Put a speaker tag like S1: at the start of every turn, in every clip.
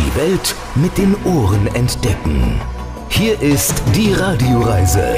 S1: Die Welt mit den Ohren entdecken. Hier ist die Radioreise.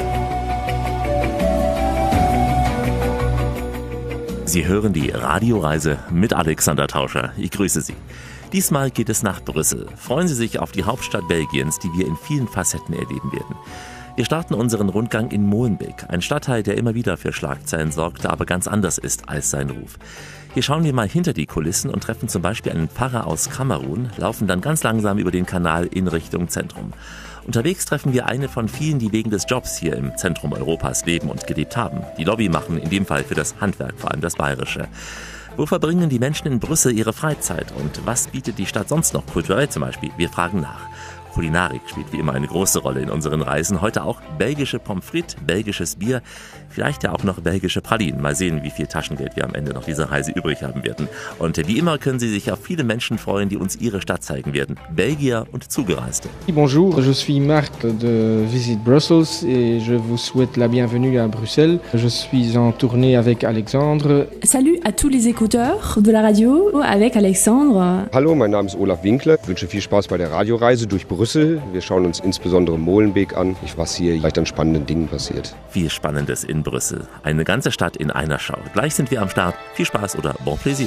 S2: Sie hören die Radioreise mit Alexander Tauscher. Ich grüße Sie. Diesmal geht es nach Brüssel. Freuen Sie sich auf die Hauptstadt Belgiens, die wir in vielen Facetten erleben werden. Wir starten unseren Rundgang in Molenbeek, ein Stadtteil, der immer wieder für Schlagzeilen sorgt, aber ganz anders ist als sein Ruf. Hier schauen wir mal hinter die Kulissen und treffen zum Beispiel einen Pfarrer aus Kamerun, laufen dann ganz langsam über den Kanal in Richtung Zentrum. Unterwegs treffen wir eine von vielen, die wegen des Jobs hier im Zentrum Europas leben und gelebt haben. Die Lobby machen in dem Fall für das Handwerk, vor allem das Bayerische. Wo verbringen die Menschen in Brüssel ihre Freizeit und was bietet die Stadt sonst noch kulturell zum Beispiel? Wir fragen nach. Kulinarik spielt wie immer eine große Rolle in unseren Reisen. Heute auch belgische Pommes frites, belgisches Bier, vielleicht ja auch noch belgische Pralinen. Mal sehen, wie viel Taschengeld wir am Ende noch dieser Reise übrig haben werden. Und wie immer können Sie sich auf viele Menschen freuen, die uns ihre Stadt zeigen werden. Belgier und Zugereiste.
S3: Bonjour, je suis Marc de Visit Brussels et je vous souhaite la bienvenue à Bruxelles. Je suis en tournée avec Alexandre.
S4: Salut à tous les écouteurs de la radio avec Alexandre.
S5: Hallo, mein Name ist Olaf Winkler. Ich wünsche viel Spaß bei der Radioreise durch Brüssel. Wir schauen uns insbesondere Molenbeek an, was hier vielleicht an spannenden Dingen passiert.
S2: Viel Spannendes in Brüssel. Eine ganze Stadt in einer Schau. Gleich sind wir am Start. Viel Spaß oder bon plaisir.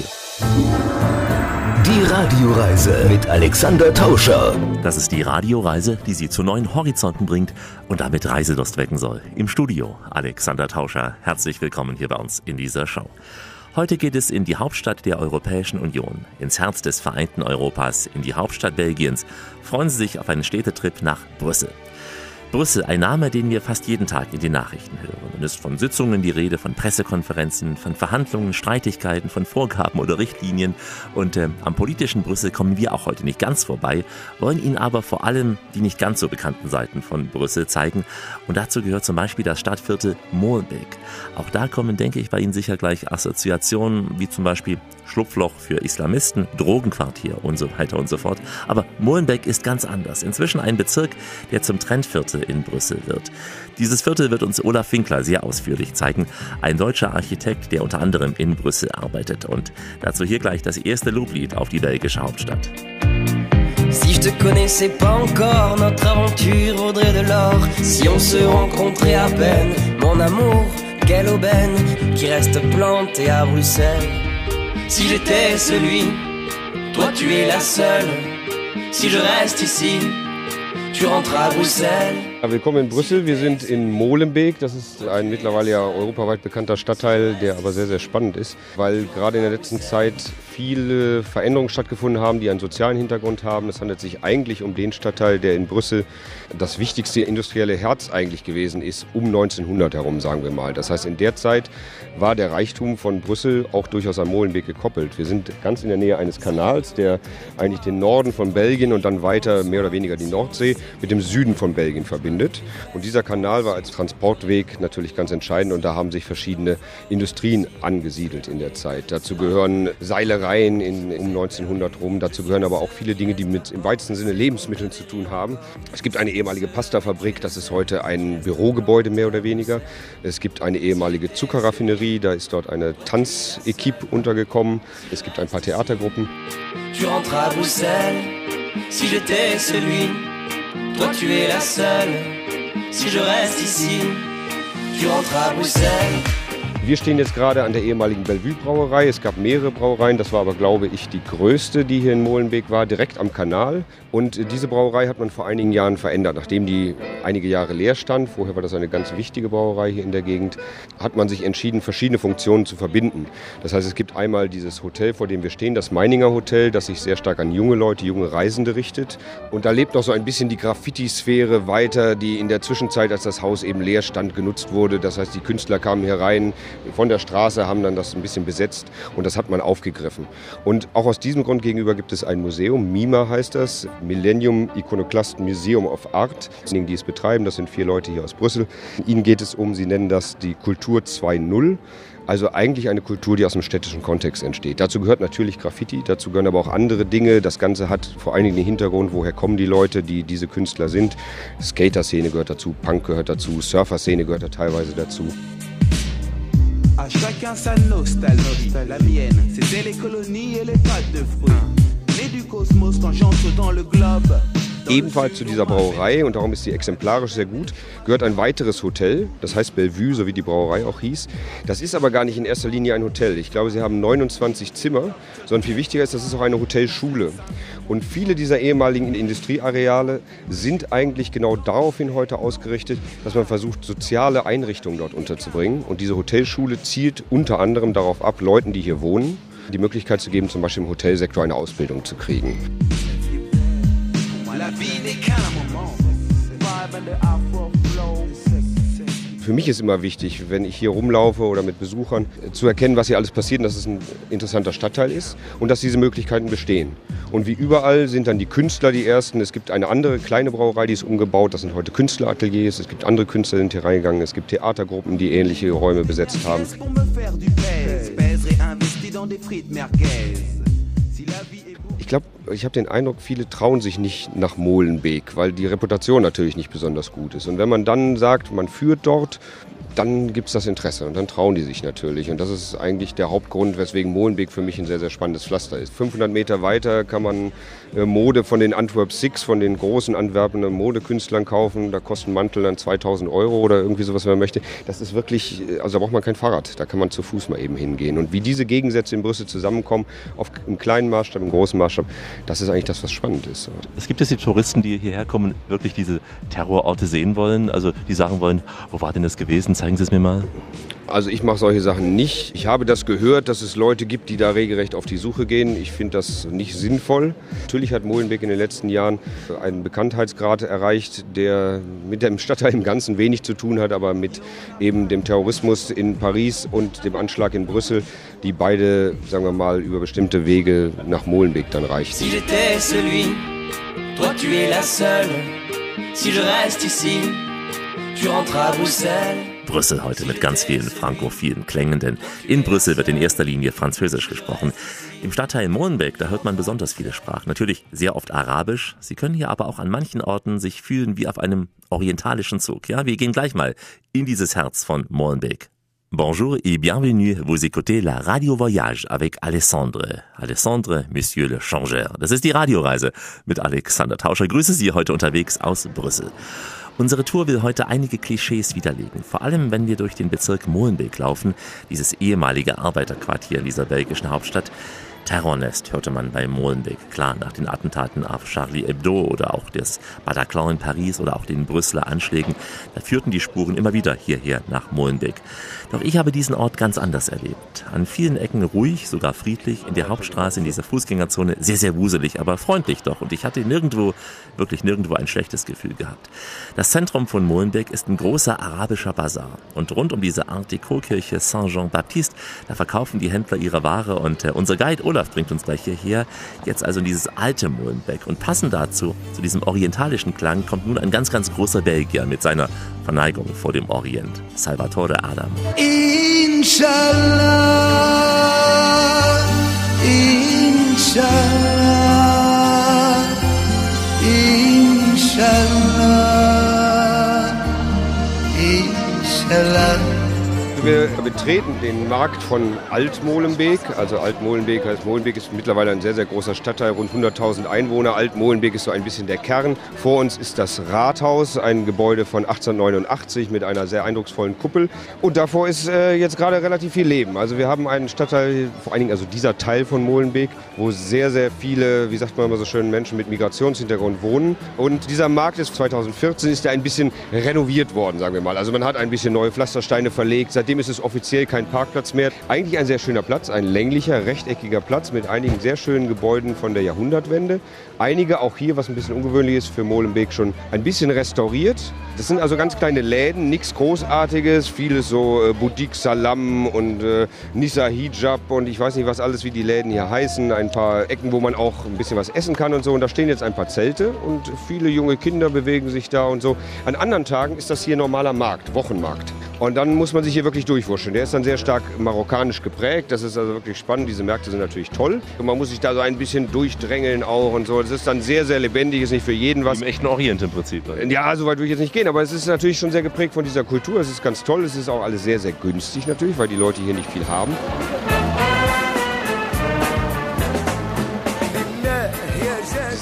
S1: Die Radioreise mit Alexander Tauscher.
S2: Das ist die Radioreise, die Sie zu neuen Horizonten bringt und damit Reiselust wecken soll. Im Studio Alexander Tauscher. Herzlich willkommen hier bei uns in dieser Show. Heute geht es in die Hauptstadt der Europäischen Union, ins Herz des vereinten Europas, in die Hauptstadt Belgiens. Freuen Sie sich auf einen Städtetrip nach Brüssel. Brüssel, ein Name, den wir fast jeden Tag in den Nachrichten hören. Und es ist von Sitzungen die Rede, von Pressekonferenzen, von Verhandlungen, Streitigkeiten, von Vorgaben oder Richtlinien. Und am politischen Brüssel kommen wir auch heute nicht ganz vorbei, wollen Ihnen aber vor allem die nicht ganz so bekannten Seiten von Brüssel zeigen. Und dazu gehört zum Beispiel das Stadtviertel Molenbeek. Auch da kommen, denke ich, bei Ihnen sicher gleich Assoziationen wie zum Beispiel Schlupfloch für Islamisten, Drogenquartier und so weiter und so fort. Aber Molenbeek ist ganz anders. Inzwischen ein Bezirk, der zum Trendviertel in Brüssel wird. Dieses Viertel wird uns Olaf Winkler sehr ausführlich zeigen. Ein deutscher Architekt, der unter anderem in Brüssel arbeitet. Und dazu hier gleich das erste Loblied auf die belgische Hauptstadt.
S6: Si je te connaissais pas encore, notre aventure vaudrait de l'or. Si on se rencontrait à peine, mon amour, quelle aubaine qui reste plantée à Bruxelles. Si j'étais celui, toi tu es la seule. Si je reste ici, tu rentres à Bruxelles.
S5: Willkommen in Brüssel. Wir sind in Molenbeek. Das ist ein mittlerweile ja europaweit bekannter Stadtteil, der aber sehr, sehr spannend ist, weil gerade in der letzten Zeit viele Veränderungen stattgefunden haben, die einen sozialen Hintergrund haben. Es handelt sich eigentlich um den Stadtteil, der in Brüssel das wichtigste industrielle Herz eigentlich gewesen ist, um 1900 herum, sagen wir mal. Das heißt, in der Zeit war der Reichtum von Brüssel auch durchaus an Molenbeek gekoppelt. Wir sind ganz in der Nähe eines Kanals, der eigentlich den Norden von Belgien und dann weiter mehr oder weniger die Nordsee mit dem Süden von Belgien verbindet. Und dieser Kanal war als Transportweg natürlich ganz entscheidend und da haben sich verschiedene Industrien angesiedelt in der Zeit. Dazu gehören Seilereien um 1900 rum, dazu gehören aber auch viele Dinge, die mit im weitesten Sinne Lebensmitteln zu tun haben. Es gibt eine ehemalige Pastafabrik, das ist heute ein Bürogebäude mehr oder weniger. Es gibt eine ehemalige Zuckerraffinerie, da ist dort eine Tanzequipe untergekommen. Es gibt ein paar Theatergruppen.
S6: Tu rentres à Bruxelles, si j'étais celui, toi tu es la seule. Si je reste ici, tu rentres à Bruxelles.
S5: Wir stehen jetzt gerade an der ehemaligen Bellevue-Brauerei. Es gab mehrere Brauereien, das war aber, glaube ich, die größte, die hier in Molenbeek war, direkt am Kanal. Und diese Brauerei hat man vor einigen Jahren verändert. Nachdem die einige Jahre leer stand, vorher war das eine ganz wichtige Brauerei hier in der Gegend, hat man sich entschieden, verschiedene Funktionen zu verbinden. Das heißt, es gibt einmal dieses Hotel, vor dem wir stehen, das Meininger Hotel, das sich sehr stark an junge Leute, junge Reisende richtet. Und da lebt noch so ein bisschen die Graffiti-Sphäre weiter, die in der Zwischenzeit, als das Haus eben leer stand, genutzt wurde. Das heißt, die Künstler kamen hier rein, von der Straße, haben dann das ein bisschen besetzt und das hat man aufgegriffen. Und auch aus diesem Grund gegenüber gibt es ein Museum, MIMA heißt das, Millennium Iconoclast Museum of Art. Diejenigen, die es betreiben, das sind 4 Leute hier aus Brüssel. Ihnen geht es um, sie nennen das die Kultur 2.0. Also eigentlich eine Kultur, die aus dem städtischen Kontext entsteht. Dazu gehört natürlich Graffiti, dazu gehören aber auch andere Dinge. Das Ganze hat vor allen Dingen den Hintergrund, woher kommen die Leute, die diese Künstler sind. Skater-Szene gehört dazu, Punk gehört dazu, Surfer-Szene gehört da teilweise dazu.
S7: À chacun sa nostalgie, la mienne, c'était les colonies et les pâtes de fruits. Né du cosmos Atmos quand j'entre dans le globe.
S5: Ebenfalls zu dieser Brauerei, und darum ist sie exemplarisch sehr gut, gehört ein weiteres Hotel, das heißt Bellevue, so wie die Brauerei auch hieß. Das ist aber gar nicht in erster Linie ein Hotel. Ich glaube, sie haben 29 Zimmer, sondern viel wichtiger ist, das ist auch eine Hotelschule. Und viele dieser ehemaligen Industrieareale sind eigentlich genau daraufhin heute ausgerichtet, dass man versucht, soziale Einrichtungen dort unterzubringen. Und diese Hotelschule zielt unter anderem darauf ab, Leuten, die hier wohnen, die Möglichkeit zu geben, zum Beispiel im Hotelsektor eine Ausbildung zu kriegen. Für mich ist immer wichtig, wenn ich hier rumlaufe oder mit Besuchern, zu erkennen, was hier alles passiert und dass es ein interessanter Stadtteil ist und dass diese Möglichkeiten bestehen. Und wie überall sind dann die Künstler die Ersten. Es gibt eine andere kleine Brauerei, die ist umgebaut. Das sind heute Künstlerateliers. Es gibt andere Künstler, die sind hier reingegangen. Es gibt Theatergruppen, die ähnliche Räume besetzt haben. Ich glaube, ich habe den Eindruck, viele trauen sich nicht nach Molenbeek, weil die Reputation natürlich nicht besonders gut ist. Und wenn man dann sagt, man führt dort, dann gibt es das Interesse und dann trauen die sich natürlich. Und das ist eigentlich der Hauptgrund, weswegen Molenbeek für mich ein sehr, sehr spannendes Pflaster ist. 500 Meter weiter kann man Mode von den Antwerp Six, von den großen Antwerpener Modekünstlern kaufen. Da kosten Mantel dann 2.000 € oder irgendwie sowas, wenn man möchte. Das ist wirklich, also da braucht man kein Fahrrad. Da kann man zu Fuß mal eben hingehen. Und wie diese Gegensätze in Brüssel zusammenkommen, im kleinen Maßstab, im großen Maßstab, das ist eigentlich das, was spannend ist.
S2: Es gibt jetzt die Touristen, die hierher kommen, wirklich diese Terrororte sehen wollen. Also die sagen wollen, wo war denn das gewesen? Zeigen Sie es mir mal.
S5: Also ich mache solche Sachen nicht. Ich habe das gehört, dass es Leute gibt, die da regelrecht auf die Suche gehen. Ich finde das nicht sinnvoll. Natürlich hat Molenbeek in den letzten Jahren einen Bekanntheitsgrad erreicht, der mit dem Stadtteil im Ganzen wenig zu tun hat, aber mit eben dem Terrorismus in Paris und dem Anschlag in Brüssel, die beide, sagen wir mal, über bestimmte Wege nach Molenbeek dann reichen.
S6: Si j'étais celui, toi tu es la seule. Si je reste ici, tu rentres à Bruxelles.
S2: Brüssel heute mit ganz vielen frankophilen Klängen, denn in Brüssel wird in erster Linie Französisch gesprochen. Im Stadtteil Molenbeek, da hört man besonders viele Sprachen, natürlich sehr oft Arabisch. Sie können hier aber auch an manchen Orten sich fühlen wie auf einem orientalischen Zug. Ja, wir gehen gleich mal in dieses Herz von Molenbeek. Bonjour et bienvenue, vous écoutez la Radio Voyage avec Alessandre. Alessandre, Monsieur le Changeur. Das ist die Radioreise mit Alexander Tauscher. Grüße Sie heute unterwegs aus Brüssel. Unsere Tour will heute einige Klischees widerlegen, vor allem wenn wir durch den Bezirk Molenbeek laufen, dieses ehemalige Arbeiterquartier in dieser belgischen Hauptstadt. Terrornest hörte man bei Molenbeek, klar, nach den Attentaten auf Charlie Hebdo oder auch das Bataclan in Paris oder auch den Brüsseler Anschlägen. Da führten die Spuren immer wieder hierher nach Molenbeek. Doch ich habe diesen Ort ganz anders erlebt. An vielen Ecken ruhig, sogar friedlich, in der Hauptstraße, in dieser Fußgängerzone, sehr, sehr wuselig, aber freundlich doch. Und ich hatte wirklich nirgendwo ein schlechtes Gefühl gehabt. Das Zentrum von Molenbeek ist ein großer arabischer Bazar. Und rund um diese Art Deco-Kirche Saint-Jean-Baptiste, da verkaufen die Händler ihre Ware und unser Guide Olaf bringt uns gleich hierher, jetzt also in dieses alte Molenbeek. Und passend dazu, zu diesem orientalischen Klang, kommt nun ein ganz, ganz großer Belgier mit seiner Verneigung vor dem Orient, Salvatore Adam.
S8: Inshallah, Inshallah, Inshallah, Inshallah.
S5: Wir betreten den Markt von Alt-Molenbeek. Also Alt-Molenbeek heißt, Molenbeek ist mittlerweile ein sehr, sehr großer Stadtteil, rund 100.000 Einwohner. Alt-Molenbeek ist so ein bisschen der Kern. Vor uns ist das Rathaus, ein Gebäude von 1889 mit einer sehr eindrucksvollen Kuppel. Und davor ist jetzt gerade relativ viel Leben. Also wir haben einen Stadtteil, vor allen Dingen also dieser Teil von Molenbeek, wo sehr, sehr viele, wie sagt man immer so schön, Menschen mit Migrationshintergrund wohnen. Und dieser Markt ist 2014 ist ein bisschen renoviert worden, sagen wir mal. Also man hat ein bisschen neue Pflastersteine verlegt. Seitdem ist es offiziell kein Parkplatz mehr. Eigentlich ein sehr schöner Platz, ein länglicher, rechteckiger Platz mit einigen sehr schönen Gebäuden von der Jahrhundertwende. Einige auch hier, was ein bisschen ungewöhnlich ist für Molenbeek, schon ein bisschen restauriert. Das sind also ganz kleine Läden, nichts Großartiges, vieles so Boutique Salam und Nisa Hijab und ich weiß nicht was alles, wie die Läden hier heißen. Ein paar Ecken, wo man auch ein bisschen was essen kann und so. Und da stehen jetzt ein paar Zelte und viele junge Kinder bewegen sich da und so. An anderen Tagen ist das hier normaler Markt, Wochenmarkt. Und dann muss man sich hier wirklich durchwurschteln. Der ist dann sehr stark marokkanisch geprägt. Das ist also wirklich spannend. Diese Märkte sind natürlich toll. Und man muss sich da so ein bisschen durchdrängeln auch und so. Das ist dann sehr, sehr lebendig. Ist nicht für jeden was.
S2: Im echten Orient im Prinzip.
S5: Ja, so weit würde ich jetzt nicht gehen. Aber es ist natürlich schon sehr geprägt von dieser Kultur. Es ist ganz toll. Es ist auch alles sehr, sehr günstig natürlich, weil die Leute hier nicht viel haben.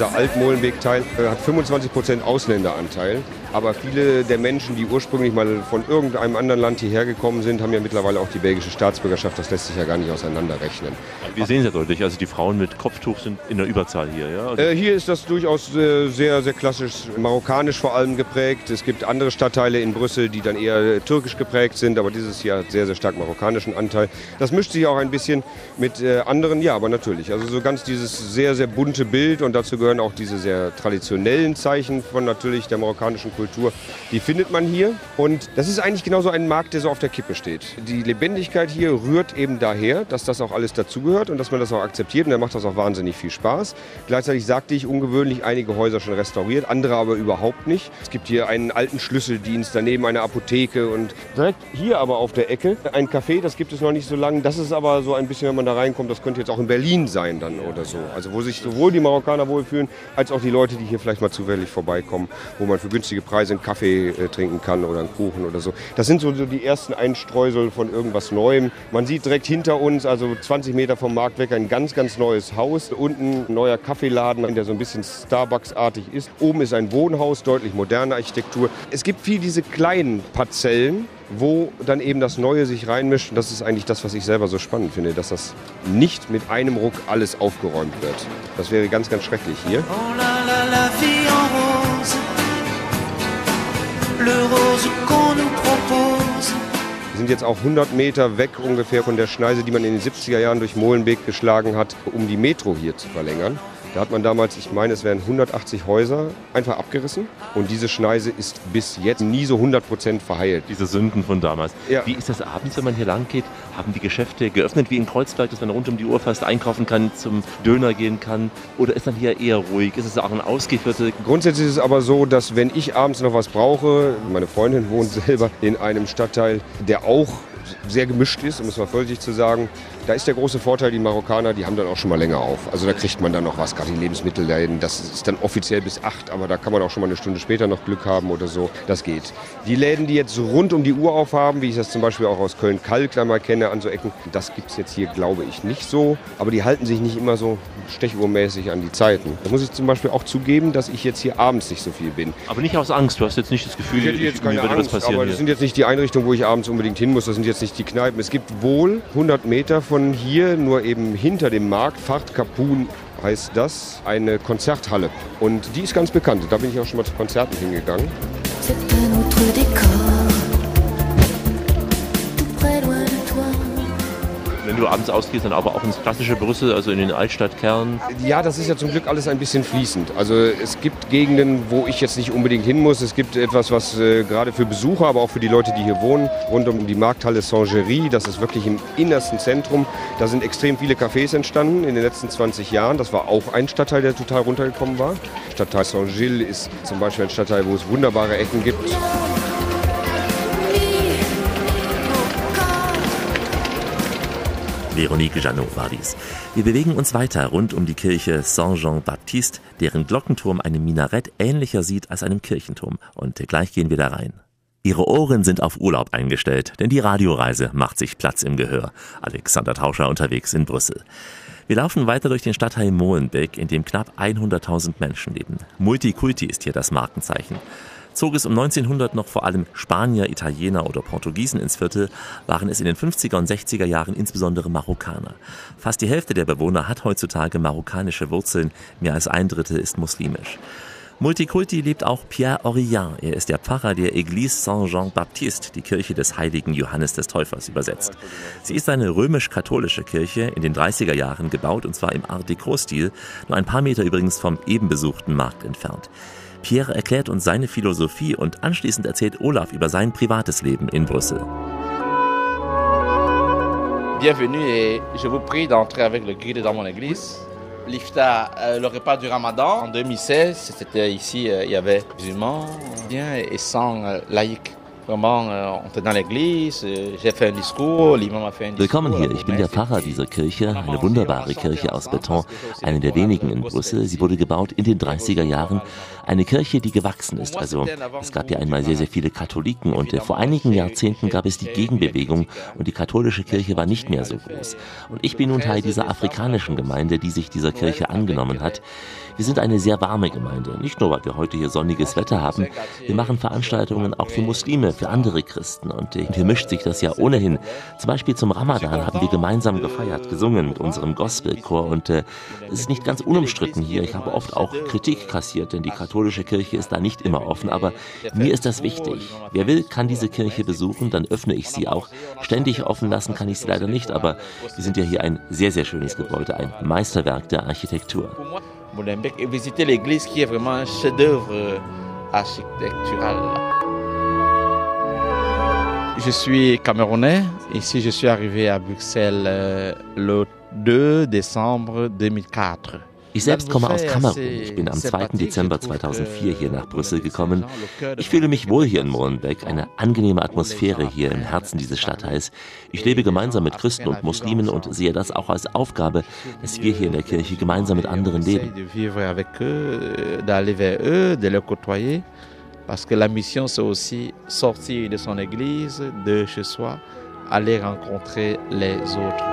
S5: dieser Alt-Molenbeek-Teil hat 25% Ausländeranteil. Aber viele der Menschen, die ursprünglich mal von irgendeinem anderen Land hierher gekommen sind, haben ja mittlerweile auch die belgische Staatsbürgerschaft. Das lässt sich ja gar nicht auseinanderrechnen.
S2: Wir sehen es ja deutlich, also die Frauen mit Kopftuch sind in der Überzahl hier. Ja? Also
S5: hier ist das durchaus sehr, sehr klassisch, marokkanisch vor allem geprägt. Es gibt andere Stadtteile in Brüssel, die dann eher türkisch geprägt sind, aber dieses hier hat sehr, sehr stark marokkanischen Anteil. Das mischt sich auch ein bisschen mit anderen, ja, aber natürlich. Also so ganz dieses sehr, sehr bunte Bild und dazu gehören auch diese sehr traditionellen Zeichen von natürlich der marokkanischen Kultur. Die findet man hier und das ist eigentlich genauso ein Markt, der so auf der Kippe steht. Die Lebendigkeit hier rührt eben daher, dass das auch alles dazugehört und dass man das auch akzeptiert und da macht das auch wahnsinnig viel Spaß. Gleichzeitig sagte ich, ungewöhnlich einige Häuser schon restauriert, andere aber überhaupt nicht. Es gibt hier einen alten Schlüsseldienst, daneben eine Apotheke und direkt hier aber auf der Ecke ein Café, das gibt es noch nicht so lange. Das ist aber so ein bisschen, wenn man da reinkommt, das könnte jetzt auch in Berlin sein dann oder so. Also wo sich sowohl die Marokkaner wohlfühlen, als auch die Leute, die hier vielleicht mal zufällig vorbeikommen, wo man für günstige Preise einen Kaffee trinken kann oder einen Kuchen oder so. Das sind so die ersten Einstreusel von irgendwas Neuem. Man sieht direkt hinter uns, also 20 Meter vom Markt weg, ein ganz, ganz neues Haus. Unten ein neuer Kaffeeladen, der so ein bisschen Starbucks-artig ist. Oben ist ein Wohnhaus, deutlich moderne Architektur. Es gibt viel diese kleinen Parzellen, wo dann eben das Neue sich reinmischt. Und das ist eigentlich das, was ich selber so spannend finde, dass das nicht mit einem Ruck alles aufgeräumt wird. Das wäre ganz, ganz schrecklich hier.
S8: Oh la la, la vie en rose, le rose qu'on nous propose.
S5: Wir sind jetzt auch 100 Meter weg ungefähr von der Schneise, die man in den 70er Jahren durch Molenbeek geschlagen hat, um die Metro hier zu verlängern. Da hat man damals, ich meine, es wären 180 Häuser einfach abgerissen. Und diese Schneise ist bis jetzt nie so 100% verheilt.
S2: diese Sünden von damals.
S5: Ja.
S2: Wie ist das abends, wenn man hier lang geht? Haben die Geschäfte geöffnet wie in Kreuzberg, dass man rund um die Uhr fast einkaufen kann, zum Döner gehen kann? Oder ist dann hier eher ruhig? Ist es auch ein Ausgeviertel?
S5: Grundsätzlich ist es aber so, dass wenn ich abends noch was brauche, meine Freundin wohnt selber in einem Stadtteil, der auch sehr gemischt ist, um es mal vorsichtig zu sagen. Da ist der große Vorteil, die Marokkaner, die haben dann auch schon mal länger auf. Also da kriegt man dann noch was, gerade die Lebensmittelläden. Das ist dann offiziell bis 8, aber da kann man auch schon mal eine Stunde später noch Glück haben oder so. Das geht. Die Läden, die jetzt rund um die Uhr aufhaben, wie ich das zum Beispiel auch aus Köln-Kalk da mal kenne, an so Ecken, das gibt es jetzt hier, glaube ich, nicht so. Aber die halten sich nicht immer so stechuhrmäßig an die Zeiten. Da muss ich zum Beispiel auch zugeben, dass ich jetzt hier abends nicht so viel bin.
S2: Aber nicht aus Angst, du hast jetzt nicht das Gefühl,
S5: Ich hätte jetzt keine
S2: mir würde was
S5: Angst,
S2: passieren
S5: aber das
S2: hier.
S5: sind jetzt nicht die Einrichtungen, wo ich abends unbedingt hin muss. Das sind jetzt nicht die Kneipen. Es gibt wohl 100 Meter von hier, nur eben hinter dem Markt, Fahrt Kapun heißt das, eine Konzerthalle. Und die ist ganz bekannt. Da bin ich auch schon mal zu Konzerten hingegangen.
S9: C'est un autre décor, tout près loin de toi.
S2: Wenn du abends ausgehst, dann aber auch ins klassische Brüssel, also in den Altstadtkern.
S5: Ja, das ist ja zum Glück alles ein bisschen fließend. Also es gibt Gegenden, wo ich jetzt nicht unbedingt hin muss. Es gibt etwas, was gerade für Besucher, aber auch für die Leute, die hier wohnen, rund um die Markthalle Saint-Géry, das ist wirklich im innersten Zentrum. Da sind extrem viele Cafés entstanden in den letzten 20 Jahren. Das war auch ein Stadtteil, der total runtergekommen war. Stadtteil Saint-Gilles ist zum Beispiel ein Stadtteil, wo es wunderbare Ecken gibt.
S2: Véronique Jeannot war dies. Wir bewegen uns weiter rund um die Kirche Saint-Jean-Baptiste, deren Glockenturm einem Minarett ähnlicher sieht als einem Kirchenturm. Und gleich gehen wir da rein. Ihre Ohren sind auf Urlaub eingestellt, denn die Radioreise macht sich Platz im Gehör. Alexander Tauscher unterwegs in Brüssel. Wir laufen weiter durch den Stadtteil Molenbeek, in dem knapp 100.000 Menschen leben. Multikulti ist hier das Markenzeichen. Zog es um 1900 noch vor allem Spanier, Italiener oder Portugiesen ins Viertel, waren es in den 50er und 60er Jahren insbesondere Marokkaner. Fast die Hälfte der Bewohner hat heutzutage marokkanische Wurzeln, mehr als ein Drittel ist muslimisch. Multikulti lebt auch Pierre Orillard. Er ist der Pfarrer der Église Saint-Jean-Baptiste, die Kirche des heiligen Johannes des Täufers übersetzt. Sie ist eine römisch-katholische Kirche, in den 30er Jahren gebaut, und zwar im Art Deco-Stil, nur ein paar Meter übrigens vom eben besuchten Markt entfernt. Pierre erklärt uns seine Philosophie und anschließend erzählt Olaf über sein privates Leben in Brüssel.
S10: Bienvenue et je vous prie d'entrer avec le guide dans mon église. L'iftar, le repas du Ramadan en 2016, c'était ici, il y avait musulmans, bien et sans laïcs. Vraiment, on était dans l'église, j'ai fait un discours, l'imam a fait un discours.
S2: Willkommen hier, ich bin der Pfarrer dieser Kirche, eine wunderbare Kirche aus Beton, eine der wenigen in Brüssel. Sie wurde gebaut in den 30er Jahren, eine Kirche, die gewachsen ist. Also es gab ja einmal sehr, sehr viele Katholiken und vor einigen Jahrzehnten gab es die Gegenbewegung und die katholische Kirche war nicht mehr so groß. Und ich bin nun Teil dieser afrikanischen Gemeinde, die sich dieser Kirche angenommen hat. Wir sind eine sehr warme Gemeinde, nicht nur, weil wir heute hier sonniges Wetter haben. Wir machen Veranstaltungen auch für Muslime, für andere Christen und hier mischt sich das ja ohnehin. Zum Beispiel zum Ramadan haben wir gemeinsam gefeiert, gesungen mit unserem Gospelchor und es ist nicht ganz unumstritten hier. Ich habe oft auch Kritik kassiert, denn die katholische Kirche ist da nicht immer offen, aber mir ist das wichtig. Wer will, kann diese Kirche besuchen, dann öffne ich sie auch. Ständig offen lassen kann ich sie leider nicht, aber wir sind ja hier ein sehr, sehr schönes Gebäude, ein Meisterwerk der Architektur.
S10: Molenbeek et visiter l'église qui est vraiment un chef-d'œuvre architectural. Je suis camerounais. Ici, je suis arrivé à Bruxelles le 2 décembre 2004.
S2: Ich selbst komme aus Kamerun. Ich bin am 2. Dezember 2004 hier nach Brüssel gekommen. Ich fühle mich wohl hier in Molenbeek, eine angenehme Atmosphäre hier im Herzen dieses Stadtteils. Ich lebe gemeinsam mit Christen und Muslimen und sehe das auch als Aufgabe, dass wir hier in der Kirche gemeinsam mit anderen leben.
S10: Parce que la mission, c'est aussi sortir de son église, de chez soi, aller rencontrer les autres.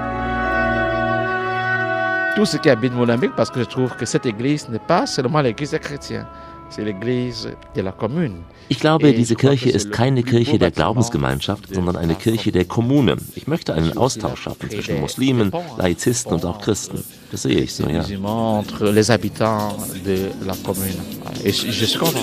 S10: Tout ce qui habite Molenbeek, parce que je trouve que cette église n'est pas seulement l'église des chrétiens, c'est l'église de la commune.
S2: Ich glaube, diese Kirche ist keine Kirche der Glaubensgemeinschaft, sondern eine Kirche der Kommune. Ich möchte einen Austausch schaffen zwischen Muslimen, Laizisten und auch Christen. Das sehe ich so, ja.
S10: Entre les habitants de la commune. Et je suis content.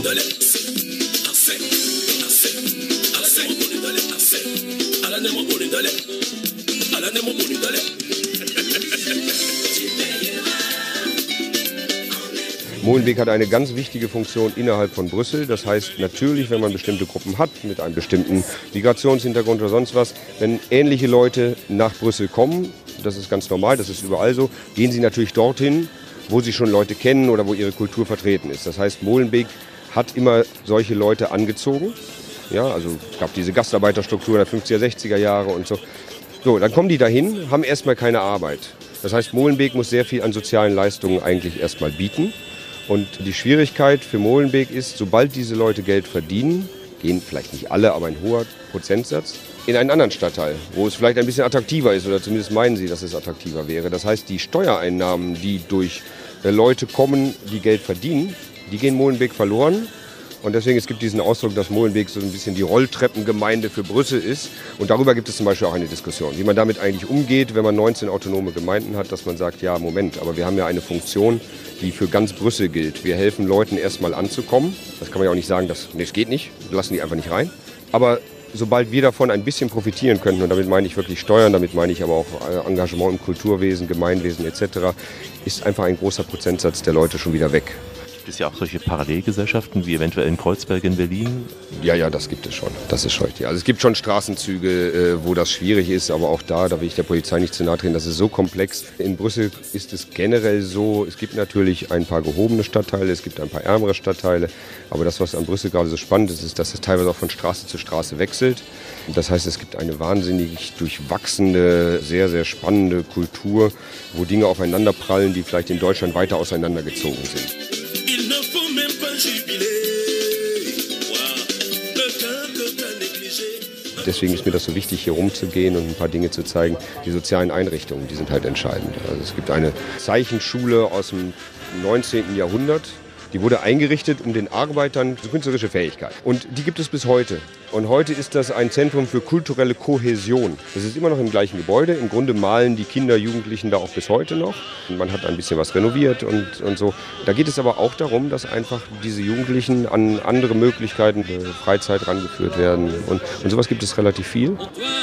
S5: Molenbeek hat eine ganz wichtige Funktion innerhalb von Brüssel. Das heißt natürlich, wenn man bestimmte Gruppen hat, mit einem bestimmten Migrationshintergrund oder sonst was, wenn ähnliche Leute nach Brüssel kommen, das ist ganz normal, das ist überall so, gehen sie natürlich dorthin, wo sie schon Leute kennen oder wo ihre Kultur vertreten ist. Das heißt, Molenbeek hat immer solche Leute angezogen. Ja, also es gab diese Gastarbeiterstruktur der 50er, 60er Jahre und so. So, dann kommen die dahin, haben erstmal keine Arbeit. Das heißt, Molenbeek muss sehr viel an sozialen Leistungen eigentlich erstmal bieten. Und die Schwierigkeit für Molenbeek ist, sobald diese Leute Geld verdienen, gehen vielleicht nicht alle, aber ein hoher Prozentsatz, in einen anderen Stadtteil, wo es vielleicht ein bisschen attraktiver ist oder zumindest meinen sie, dass es attraktiver wäre. Das heißt, die Steuereinnahmen, die durch Leute kommen, die Geld verdienen, die gehen Molenbeek verloren. Und deswegen, es gibt diesen Ausdruck, dass Molenbeek so ein bisschen die Rolltreppengemeinde für Brüssel ist. Und darüber gibt es zum Beispiel auch eine Diskussion, wie man damit eigentlich umgeht, wenn man 19 autonome Gemeinden hat, dass man sagt, ja, Moment, aber wir haben ja eine Funktion, die für ganz Brüssel gilt. Wir helfen Leuten erstmal anzukommen. Das kann man ja auch nicht sagen, das geht nicht, wir lassen die einfach nicht rein. Aber sobald wir davon ein bisschen profitieren könnten, und damit meine ich wirklich Steuern, damit meine ich aber auch Engagement im Kulturwesen, Gemeinwesen etc., ist einfach ein großer Prozentsatz der Leute schon wieder weg.
S2: Gibt es ja auch solche Parallelgesellschaften wie eventuell in Kreuzberg in Berlin?
S5: Ja, das gibt es schon. Das ist schon richtig. Also es gibt schon Straßenzüge, wo das schwierig ist, aber auch da will ich der Polizei nicht zu nahe treten, das ist so komplex. In Brüssel ist es generell so, es gibt natürlich ein paar gehobene Stadtteile, es gibt ein paar ärmere Stadtteile, aber das, was an Brüssel gerade so spannend ist, ist, dass es teilweise auch von Straße zu Straße wechselt. Das heißt, es gibt eine wahnsinnig durchwachsene, sehr, sehr spannende Kultur, wo Dinge aufeinander prallen, die vielleicht in Deutschland weiter auseinandergezogen sind. Deswegen ist mir das so wichtig, hier rumzugehen und ein paar Dinge zu zeigen. Die sozialen Einrichtungen, die sind halt entscheidend. Also es gibt eine Zeichenschule aus dem 19. Jahrhundert. Die wurde eingerichtet, um den Arbeitern künstlerische Fähigkeit. Und die gibt es bis heute. Und heute ist das ein Zentrum für kulturelle Kohäsion. Das ist immer noch im gleichen Gebäude. Im Grunde malen die Kinder, Jugendlichen da auch bis heute noch. Und man hat ein bisschen was renoviert und so. Da geht es aber auch darum, dass einfach diese Jugendlichen an andere Möglichkeiten der Freizeit rangeführt werden. Und sowas gibt es relativ viel.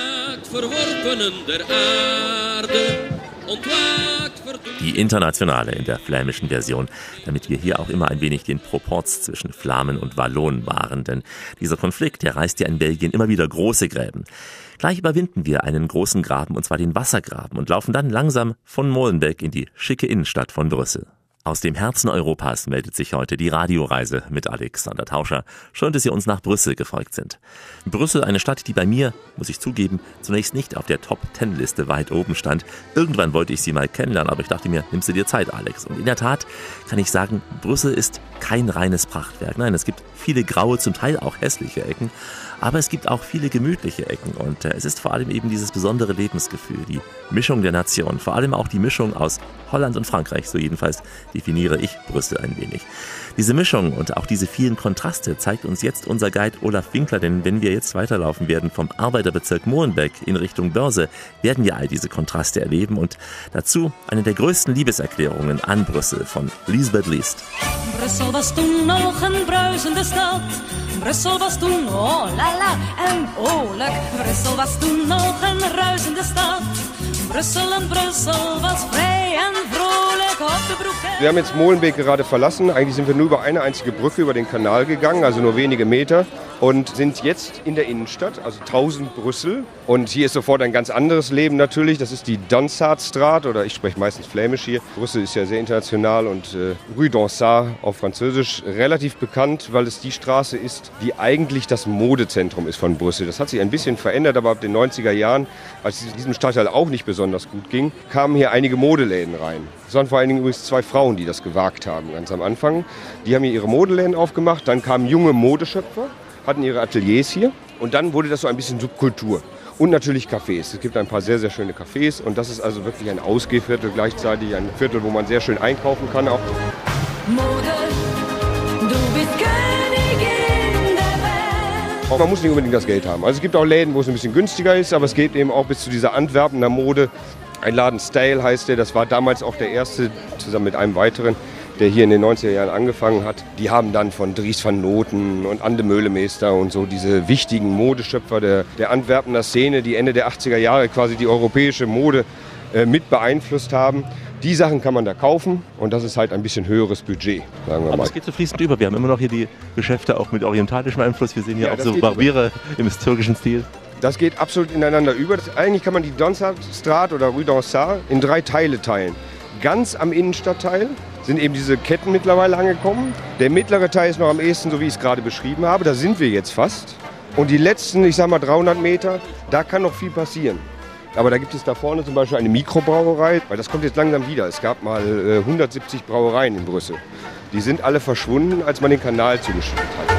S2: Die internationale in der flämischen Version, damit wir hier auch immer ein wenig den Proporz zwischen Flamen und Wallonen wahren, denn dieser Konflikt, der reißt ja in Belgien immer wieder große Gräben. Gleich überwinden wir einen großen Graben, und zwar den Wassergraben, und laufen dann langsam von Molenbeek in die schicke Innenstadt von Brüssel. Aus dem Herzen Europas meldet sich heute die Radioreise mit Alexander Tauscher. Schön, dass Sie uns nach Brüssel gefolgt sind. Brüssel, eine Stadt, die bei mir, muss ich zugeben, zunächst nicht auf der Top-10-Liste weit oben stand. Irgendwann wollte ich sie mal kennenlernen, aber ich dachte mir, nimmst du dir Zeit, Alex. Und in der Tat kann ich sagen, Brüssel ist kein reines Prachtwerk. Nein, es gibt viele graue, zum Teil auch hässliche Ecken. Aber es gibt auch viele gemütliche Ecken und es ist vor allem eben dieses besondere Lebensgefühl, die Mischung der Nation, vor allem auch die Mischung aus Holland und Frankreich, so jedenfalls definiere ich Brüssel ein wenig. Diese Mischung und auch diese vielen Kontraste zeigt uns jetzt unser Guide Olaf Winkler, denn wenn wir jetzt weiterlaufen werden vom Arbeiterbezirk Molenbeek in Richtung Börse, werden wir all diese Kontraste erleben und dazu eine der größten Liebeserklärungen an Brüssel von Liesbeth Liest.
S11: Brussel was toen nog een bruisende stad. Brussel was toen oh la la en oorlijk. Brussel was toen nog een ruisende stad. Brussel en Brussel was vrij en vrolijk op de broek.
S5: Wir haben jetzt Molenbeek gerade verlassen. Eigentlich sind wir nur über eine einzige Brücke über den Kanal gegangen, also nur wenige Meter. Und sind jetzt in der Innenstadt, also 1000 Brüssel. Und hier ist sofort ein ganz anderes Leben natürlich. Das ist die Donsardstraat, oder ich spreche meistens flämisch hier. Brüssel ist ja sehr international und Rue Donsard auf Französisch relativ bekannt, weil es die Straße ist, die eigentlich das Modezentrum ist von Brüssel. Das hat sich ein bisschen verändert, aber ab den 90er Jahren, als es diesem Stadtteil auch nicht besonders gut ging, kamen hier einige Modeläden rein. Es waren vor allen Dingen übrigens 2 Frauen, die das gewagt haben, ganz am Anfang. Die haben hier ihre Modeläden aufgemacht, dann kamen junge Modeschöpfer, hatten ihre Ateliers hier und dann wurde das so ein bisschen Subkultur. Und natürlich Cafés. Es gibt ein paar sehr, sehr schöne Cafés und das ist also wirklich ein Ausgehviertel, gleichzeitig ein Viertel, wo man sehr schön einkaufen kann. Auch.
S11: Mode, du bist Königin der Welt.
S5: Man muss nicht unbedingt das Geld haben. Also es gibt auch Läden, wo es ein bisschen günstiger ist, aber es geht eben auch bis zu dieser Antwerpener Mode. Ein Laden Style heißt der, das war damals auch der erste, zusammen mit einem weiteren, der hier in den 90er Jahren angefangen hat. Die haben dann von Dries van Noten und Anne Meulemeester und so diese wichtigen Modeschöpfer der Antwerpener Szene, die Ende der 80er Jahre quasi die europäische Mode mit beeinflusst haben. Die Sachen kann man da kaufen und das ist halt ein bisschen höheres Budget, sagen wir mal.
S2: Aber es geht so fließend über. Wir haben immer noch hier die Geschäfte auch mit orientalischem Einfluss. Wir sehen hier auch so Barbiere im türkischen Stil.
S5: Das geht absolut ineinander über. Eigentlich kann man die Donsardstraat oder Rue Donsard in 3 Teile teilen. Ganz am Innenstadtteil sind eben diese Ketten mittlerweile angekommen. Der mittlere Teil ist noch am ehesten, so wie ich es gerade beschrieben habe. Da sind wir jetzt fast. Und die letzten, ich sag mal 300 Meter, da kann noch viel passieren. Aber da gibt es da vorne zum Beispiel eine Mikrobrauerei, weil das kommt jetzt langsam wieder. Es gab mal 170 Brauereien in Brüssel. Die sind alle verschwunden, als man den Kanal zugeschüttet hat.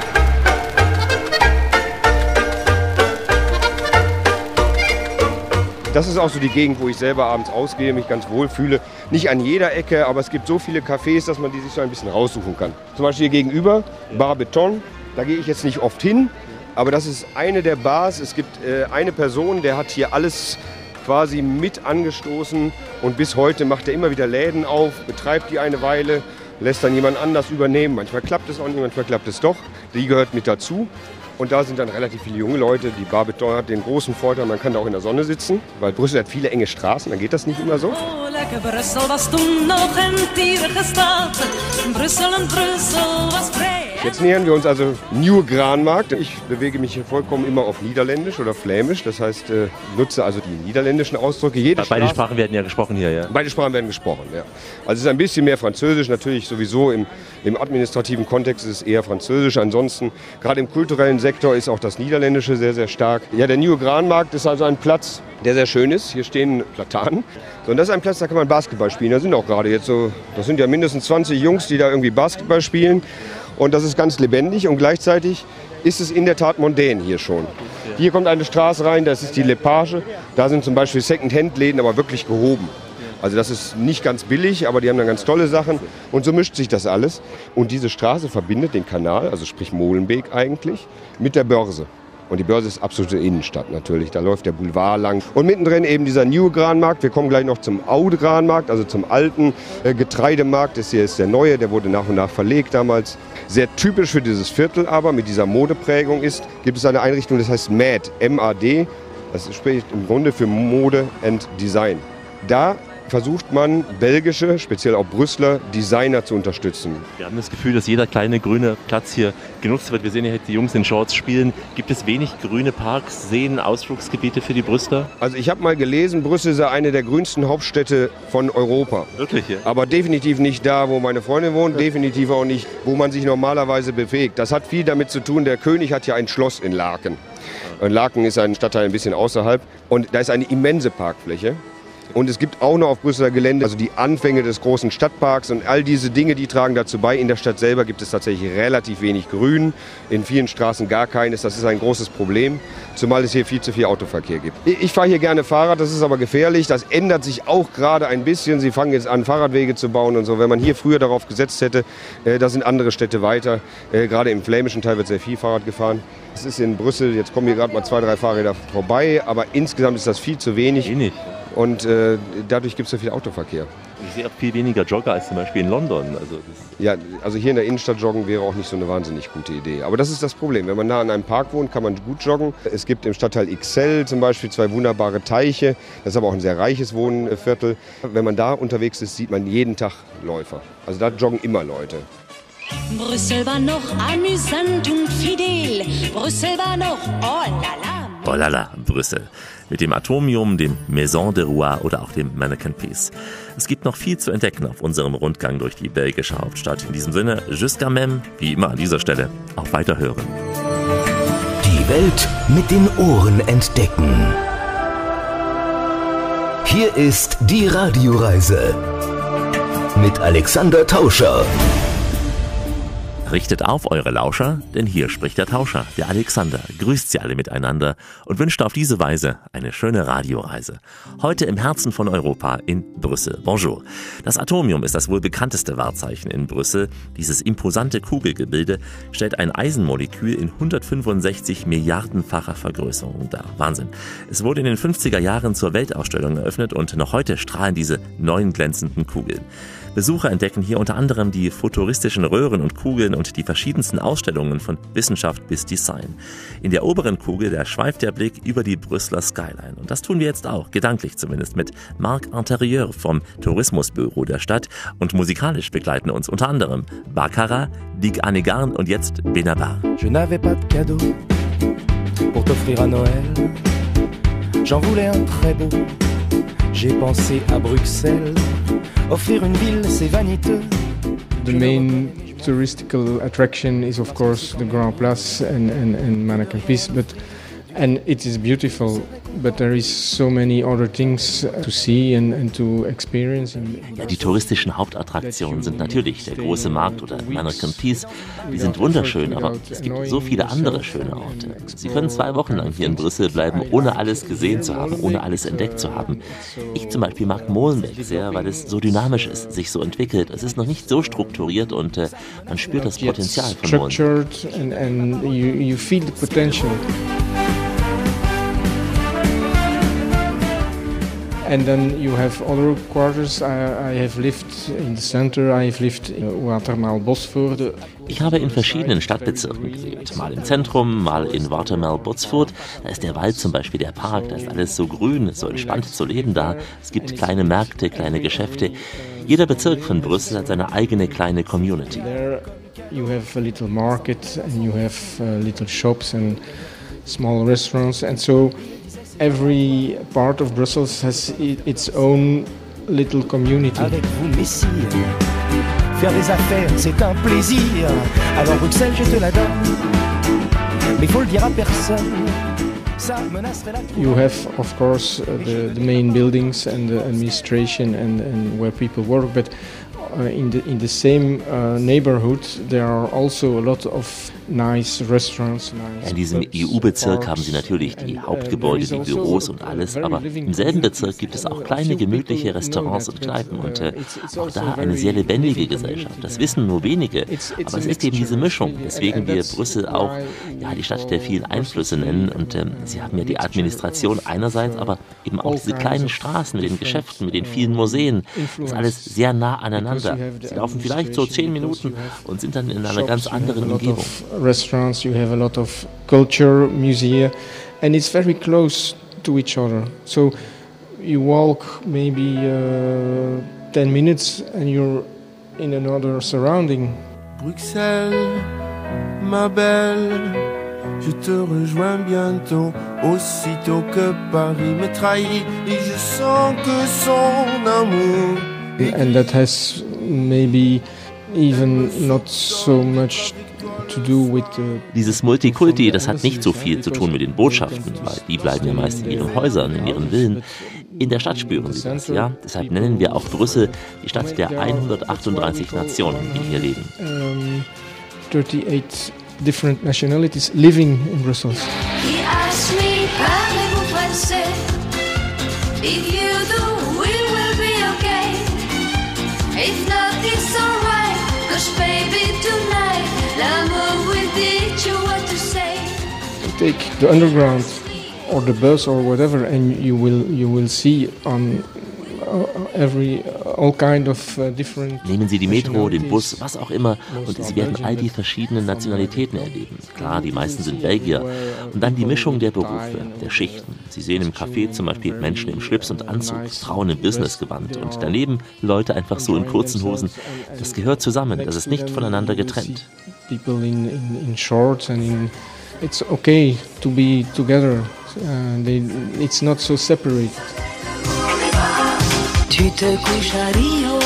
S5: Das ist auch so die Gegend, wo ich selber abends ausgehe, mich ganz wohl fühle. Nicht an jeder Ecke, aber es gibt so viele Cafés, dass man die sich so ein bisschen raussuchen kann. Zum Beispiel hier gegenüber, Bar Beton. Da gehe ich jetzt nicht oft hin, aber das ist eine der Bars. Es gibt eine Person, der hat hier alles quasi mit angestoßen und bis heute macht er immer wieder Läden auf, betreibt die eine Weile, lässt dann jemand anders übernehmen. Manchmal klappt es auch nicht, manchmal klappt es doch. Die gehört mit dazu. Und da sind dann relativ viele junge Leute. Die Bar Beton hat den großen Vorteil, man kann da auch in der Sonne sitzen, weil Brüssel hat viele enge Straßen, dann geht das nicht immer so.
S11: Oh, lekker Brussel was toen nog een tierige stad. Brussel en Brussel was vrij.
S5: Jetzt nähern wir uns also Nieuwe-Graanmarkt. Ich bewege mich hier vollkommen immer auf Niederländisch oder Flämisch. Das heißt, nutze also die niederländischen Ausdrücke.
S2: Beide Sprachen werden ja gesprochen hier, ja?
S5: Beide Sprachen werden gesprochen, ja. Also es ist ein bisschen mehr Französisch. Natürlich sowieso im administrativen Kontext ist es eher Französisch. Ansonsten, gerade im kulturellen Sektor ist auch das Niederländische sehr, sehr stark. Ja, der Nieuwe-Graanmarkt ist also ein Platz, der sehr schön ist. Hier stehen Platanen. So, und das ist ein Platz, da kann man Basketball spielen. Da sind auch gerade jetzt so, das sind ja mindestens 20 Jungs, die da irgendwie Basketball spielen. Und das ist ganz lebendig und gleichzeitig ist es in der Tat mondän hier schon. Hier kommt eine Straße rein, das ist die Lepage. Da sind zum Beispiel Second-Hand-Läden, aber wirklich gehoben. Also das ist nicht ganz billig, aber die haben dann ganz tolle Sachen. Und so mischt sich das alles. Und diese Straße verbindet den Kanal, also sprich Molenbeek eigentlich, mit der Börse. Und die Börse ist absolute Innenstadt natürlich, da läuft der Boulevard lang. Und mittendrin eben dieser Nieuwe-Graanmarkt. Wir kommen gleich noch zum Oude-Graanmarkt, also zum alten Getreidemarkt. Das hier ist der neue, der wurde nach und nach verlegt damals. Sehr typisch für dieses Viertel aber, mit dieser Modeprägung ist, gibt es eine Einrichtung, das heißt MAD, M-A-D. Das spricht im Grunde für Mode and Design. Da versucht man, belgische, speziell auch Brüsseler Designer zu unterstützen.
S2: Wir haben das Gefühl, dass jeder kleine grüne Platz hier genutzt wird. Wir sehen hier die Jungs in Shorts spielen. Gibt es wenig grüne Parks, Seen, Ausflugsgebiete für die Brüsseler?
S5: Also ich habe mal gelesen, Brüssel sei eine der grünsten Hauptstädte von Europa.
S2: Wirklich hier?
S5: Aber definitiv nicht da, wo meine Freundin wohnt, definitiv auch nicht, wo man sich normalerweise bewegt. Das hat viel damit zu tun, der König hat ja ein Schloss in Laeken. Und Laeken ist ein Stadtteil ein bisschen außerhalb und da ist eine immense Parkfläche. Und es gibt auch noch auf Brüsseler Gelände, also die Anfänge des großen Stadtparks und all diese Dinge, die tragen dazu bei. In der Stadt selber gibt es tatsächlich relativ wenig Grün, in vielen Straßen gar keines. Das ist ein großes Problem, zumal es hier viel zu viel Autoverkehr gibt. Ich fahre hier gerne Fahrrad, das ist aber gefährlich. Das ändert sich auch gerade ein bisschen. Sie fangen jetzt an, Fahrradwege zu bauen und so. Wenn man hier früher darauf gesetzt hätte, da sind andere Städte weiter. Gerade im flämischen Teil wird sehr viel Fahrrad gefahren. Es ist in Brüssel, jetzt kommen hier gerade mal 2, 3 Fahrräder vorbei, aber insgesamt ist das viel zu wenig. Und dadurch gibt es so viel Autoverkehr.
S2: Ich sehe auch viel weniger Jogger als zum Beispiel in London.
S5: Also hier in der Innenstadt joggen wäre auch nicht so eine wahnsinnig gute Idee. Aber das ist das Problem. Wenn man nah an einem Park wohnt, kann man gut joggen. Es gibt im Stadtteil Ixelles zum Beispiel 2 wunderbare Teiche. Das ist aber auch ein sehr reiches Wohnviertel. Wenn man da unterwegs ist, sieht man jeden Tag Läufer. Also da joggen immer Leute.
S11: Brüssel war noch amüsant und fidel. Brüssel war noch oh la la.
S2: Oh la la, Brüssel. Mit dem Atomium, dem Maison de Roi oder auch dem Mannequin Peace. Es gibt noch viel zu entdecken auf unserem Rundgang durch die belgische Hauptstadt. In diesem Sinne, jusqu'à même, wie immer an dieser Stelle, auch weiterhören.
S1: Die Welt mit den Ohren entdecken. Hier ist die Radioreise mit Alexander Tauscher.
S2: Richtet auf eure Lauscher, denn hier spricht der Tauscher, der Alexander, grüßt sie alle miteinander und wünscht auf diese Weise eine schöne Radioreise. Heute im Herzen von Europa in Brüssel. Bonjour. Das Atomium ist das wohl bekannteste Wahrzeichen in Brüssel. Dieses imposante Kugelgebilde stellt ein Eisenmolekül in 165 Milliardenfacher Vergrößerung dar. Wahnsinn. Es wurde in den 50er Jahren zur Weltausstellung eröffnet und noch heute strahlen diese neuen glänzenden Kugeln. Besucher entdecken hier unter anderem die futuristischen Röhren und Kugeln und die verschiedensten Ausstellungen von Wissenschaft bis Design. In der oberen Kugel, da schweift der Blick über die Brüsseler Skyline. Und das tun wir jetzt auch, gedanklich zumindest, mit Marc Interieur vom Tourismusbüro der Stadt. Und musikalisch begleiten uns unter anderem Baccarat, Dig Anegarn und jetzt Benabar.
S12: Je n'avais pas de cadeau pour t'offrir à Noël. J'en voulais un très beau. J'ai pensé à Bruxelles. Offrir une ville, c'est vaniteux.
S3: The main touristical attraction is of course the Grand Place and Mannequin Peace, and it is beautiful, but there is so many other things to see and to experience.
S2: Ja, die touristischen Hauptattraktionen sind natürlich der große Markt oder Mannequin Peace. Die sind wunderschön, aber es gibt so viele andere schöne Orte. Sie können 2 Wochen lang hier in Brüssel bleiben, ohne alles gesehen zu haben, ohne alles entdeckt zu haben. Ich zum Beispiel mag Molenbeek sehr, weil es so dynamisch ist, sich so entwickelt. Es ist noch nicht so strukturiert und man spürt das Potenzial von Molenbeek.
S3: And you feel the potential. And then you have other quarters. I have lived in the center, I have lived in Watermael-Bosvoorde.
S2: Ich habe in verschiedenen Stadtbezirken gelebt. Mal im Zentrum, mal in Watermael-Bosvoorde. Da ist der Wald zum Beispiel, der Park, da ist alles so grün, so entspannt zu leben da. Es gibt kleine Märkte, kleine Geschäfte. Jeder Bezirk von Brüssel hat seine eigene kleine Community.
S3: There you have a little market and you have little shops and small restaurants, and so every part of Brussels has its own little community.
S12: Avec vous, messire, faire des affaires, c'est un plaisir. Alors Bruxelles, je te la donne, mais faut le dire à personne. Ça menacerait la tour.
S3: You have, of course, the main buildings and the administration and where people work, but in the same neighborhood there are also a lot of nice restaurants.
S2: In diesem EU-Bezirk haben sie natürlich die Hauptgebäude, die Büros und alles, aber im selben Bezirk gibt es auch kleine gemütliche Restaurants und Kneipen und auch da eine sehr lebendige Gesellschaft. Das wissen nur wenige, aber es ist eben diese Mischung, weswegen wir Brüssel auch die Stadt der vielen Einflüsse nennen und sie haben ja die Administration einerseits, aber eben auch diese kleinen Straßen mit den Geschäften, mit den vielen Museen, das ist alles sehr nah aneinander. Sie laufen vielleicht so 10 Minuten und sind dann in einer ganz anderen Umgebung.
S3: Restaurants, you have a lot of culture, museum, and it's very close to each other. So you walk maybe 10 minutes and you're in another surrounding.
S13: Bruxelles, ma belle, je te rejoins bientôt, aussitôt que Paris me trahit et je sens que son amour.
S3: And that has maybe even not so much to do with
S2: Dieses Multikulti, das hat nicht so viel zu tun mit den Botschaften, weil die bleiben ja meist in ihren Häusern, in ihren Villen. In der Stadt spüren Sie das, ja? Deshalb nennen wir auch Brüssel die Stadt der 138 Nationen, die hier leben.
S3: 38 different nationalities living in Brussels.
S9: He asked me, parlez-vous français? If you do, we will be okay. If not, it's alright, 'cause baby tonight, l'amour will teach you what to say.
S3: Take the underground or the bus or whatever, and you will see on all kind of different.
S2: Nehmen Sie die Metro, den Bus, was auch immer, und Sie werden all die verschiedenen Nationalitäten erleben. Klar, die meisten sind Belgier. Und dann die Mischung der Berufe, der Schichten. Sie sehen im Café zum Beispiel Menschen im Schlips und Anzug, Frauen im Businessgewand und daneben Leute einfach so in kurzen Hosen. Das gehört zusammen, das ist nicht voneinander getrennt.
S3: People in shorts and it's okay to be together. It's not so separated.
S9: Tu te couches à Rio,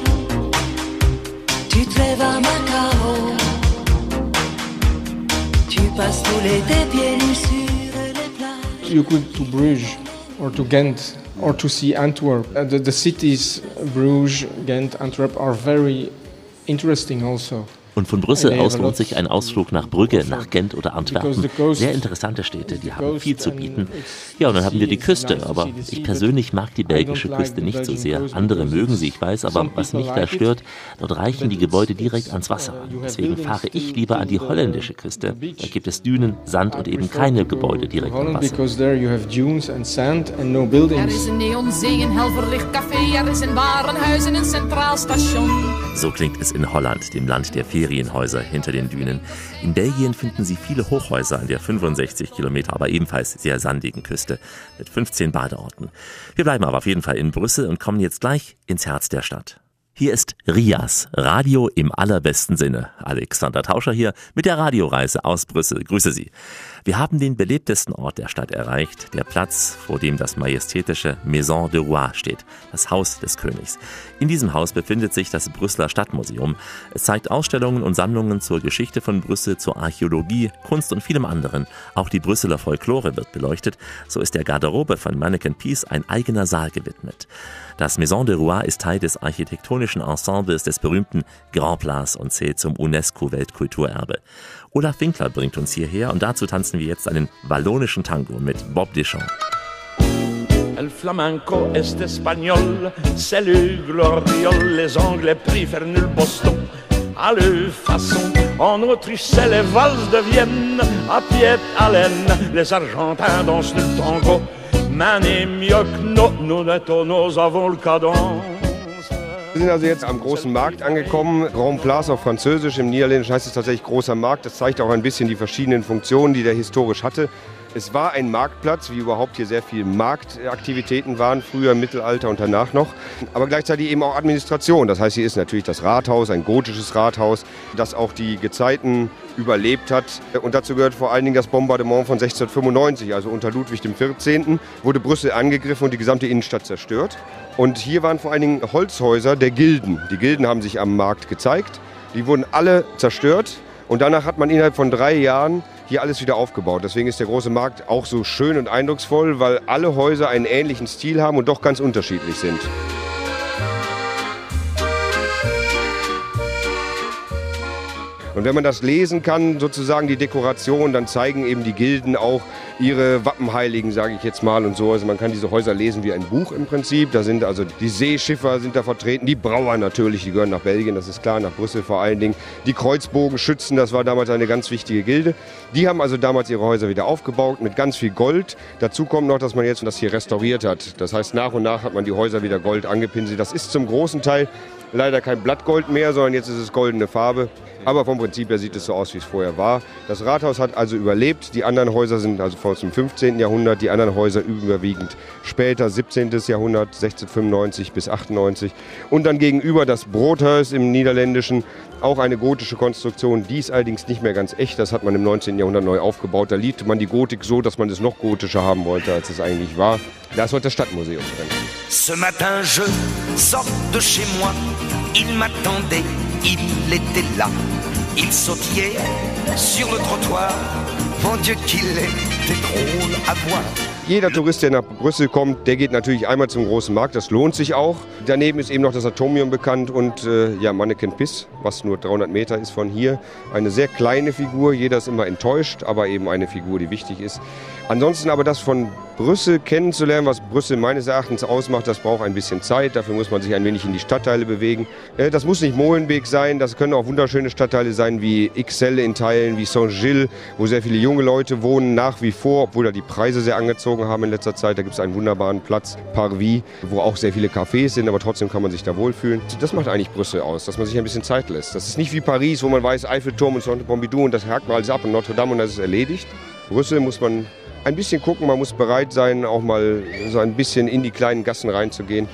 S9: tu te lèves à Macao, tu passes tous l'été pieds nus sur les plages.
S3: You could to Bruges or to Ghent or to see Antwerp. The cities Bruges, Ghent, Antwerp are very interesting also.
S2: Und von Brüssel aus lohnt sich ein Ausflug nach Brügge, nach Gent oder Antwerpen. Sehr interessante Städte, die haben viel zu bieten. Ja, und dann haben wir die Küste, aber ich persönlich mag die belgische Küste nicht so sehr. Andere mögen sie, ich weiß, aber was mich da stört, dort reichen die Gebäude direkt ans Wasser an. Deswegen fahre ich lieber an die holländische Küste. Da gibt es Dünen, Sand und eben keine Gebäude direkt am Wasser.
S11: Er is een neonzee, een hel verlicht café, er is een warenhuis en een centraal station.
S2: So klingt es in Holland, dem Land der Ferienhäuser hinter den Dünen. In Belgien finden Sie viele Hochhäuser an der 65 Kilometer, aber ebenfalls sehr sandigen Küste mit 15 Badeorten. Wir bleiben aber auf jeden Fall in Brüssel und kommen jetzt gleich ins Herz der Stadt. Hier ist RIAS, Radio im allerbesten Sinne. Alexander Tauscher hier mit der Radioreise aus Brüssel. Grüße Sie. Wir haben den belebtesten Ort der Stadt erreicht, der Platz, vor dem das majestätische Maison du Roi steht, das Haus des Königs. In diesem Haus befindet sich das Brüsseler Stadtmuseum. Es zeigt Ausstellungen und Sammlungen zur Geschichte von Brüssel, zur Archäologie, Kunst und vielem anderen. Auch die Brüsseler Folklore wird beleuchtet. So ist der Garderobe von Manneken Pis ein eigener Saal gewidmet. Das Maison du Roi ist Teil des architektonischen Ensembles des berühmten Grand Place und zählt zum UNESCO-Weltkulturerbe. Olaf Winkler bringt uns hierher und dazu tanzen wir jetzt einen wallonischen Tango mit Bob Deschamps.
S14: El flamenco est espagnol, c'est le gloriole, les Anglais préfèrent nul Boston. À leur façon, en Autriche c'est les valses de Vienne, à Pied Haleine, les Argentins dansent le tango. Mani mieux que nous nous avons le cadence.
S5: Wir sind also jetzt am großen Markt angekommen. Grand Place auf Französisch, im Niederländischen heißt es tatsächlich großer Markt. Das zeigt auch ein bisschen die verschiedenen Funktionen, die der historisch hatte. Es war ein Marktplatz, wie überhaupt hier sehr viele Marktaktivitäten waren, früher im Mittelalter und danach noch. Aber gleichzeitig eben auch Administration. Das heißt, hier ist natürlich das Rathaus, ein gotisches Rathaus, das auch die Gezeiten überlebt hat. Und dazu gehört vor allen Dingen das Bombardement von 1695, also unter Ludwig XIV. Wurde Brüssel angegriffen und die gesamte Innenstadt zerstört. Und hier waren vor allen Dingen Holzhäuser der Gilden. Die Gilden haben sich am Markt gezeigt. Die wurden alle zerstört. Und danach hat man innerhalb von 3 Jahren hier alles wieder aufgebaut. Deswegen ist der große Markt auch so schön und eindrucksvoll, weil alle Häuser einen ähnlichen Stil haben und doch ganz unterschiedlich sind. Und wenn man das lesen kann, sozusagen die Dekoration, dann zeigen eben die Gilden auch ihre Wappenheiligen, sage ich jetzt mal und so. Also man kann diese Häuser lesen wie ein Buch im Prinzip. Da sind also die Seeschiffer sind da vertreten, die Brauer natürlich, die gehören nach Belgien, das ist klar, nach Brüssel vor allen Dingen. Die Kreuzbogenschützen, das war damals eine ganz wichtige Gilde. Die haben also damals ihre Häuser wieder aufgebaut mit ganz viel Gold. Dazu kommt noch, dass man jetzt das hier restauriert hat. Das heißt, nach und nach hat man die Häuser wieder Gold angepinselt. Das ist zum großen Teil leider kein Blattgold mehr, sondern jetzt ist es goldene Farbe. Aber vom Prinzip her sieht es so aus, wie es vorher war. Das Rathaus hat also überlebt. Die anderen Häuser sind also aus dem 15. Jahrhundert. Die anderen Häuser überwiegend später, 17. Jahrhundert, 1695 bis 98. Und dann gegenüber das Broodhuis im Niederländischen, auch eine gotische Konstruktion. Die ist allerdings nicht mehr ganz echt. Das hat man im 19. Jahrhundert neu aufgebaut. Da liebte man die Gotik so, dass man es noch gotischer haben wollte, als es eigentlich war. Da ist heute das Stadtmuseum drin.
S8: Ce matin je sors de chez moi, il m'attendait, il était là, il sautillait sur le trottoir, mon Dieu qu'il était drôle à voir.
S5: Jeder Tourist, der nach Brüssel kommt, der geht natürlich einmal zum großen Markt, das lohnt sich auch. Daneben ist eben noch das Atomium bekannt und Manneken Pis, was nur 300 Meter ist von hier. Eine sehr kleine Figur, jeder ist immer enttäuscht, aber eben eine Figur, die wichtig ist. Ansonsten aber das von Brüssel kennenzulernen, was Brüssel meines Erachtens ausmacht, das braucht ein bisschen Zeit. Dafür muss man sich ein wenig in die Stadtteile bewegen. Das muss nicht Molenbeek sein, das können auch wunderschöne Stadtteile sein wie Ixelles in Teilen, wie Saint-Gilles, wo sehr viele junge Leute wohnen, nach wie vor, obwohl da die Preise sehr angezogen haben in letzter Zeit. Da gibt es einen wunderbaren Platz, Parvis, wo auch sehr viele Cafés sind, aber trotzdem kann man sich da wohlfühlen. Das macht eigentlich Brüssel aus, dass man sich ein bisschen Zeit lässt. Das ist nicht wie Paris, wo man weiß, Eiffelturm und Centre Pompidou und das hakt man alles ab und Notre Dame und das ist erledigt. Brüssel muss man ein bisschen gucken, man muss bereit sein, auch mal so ein bisschen in die kleinen Gassen reinzugehen.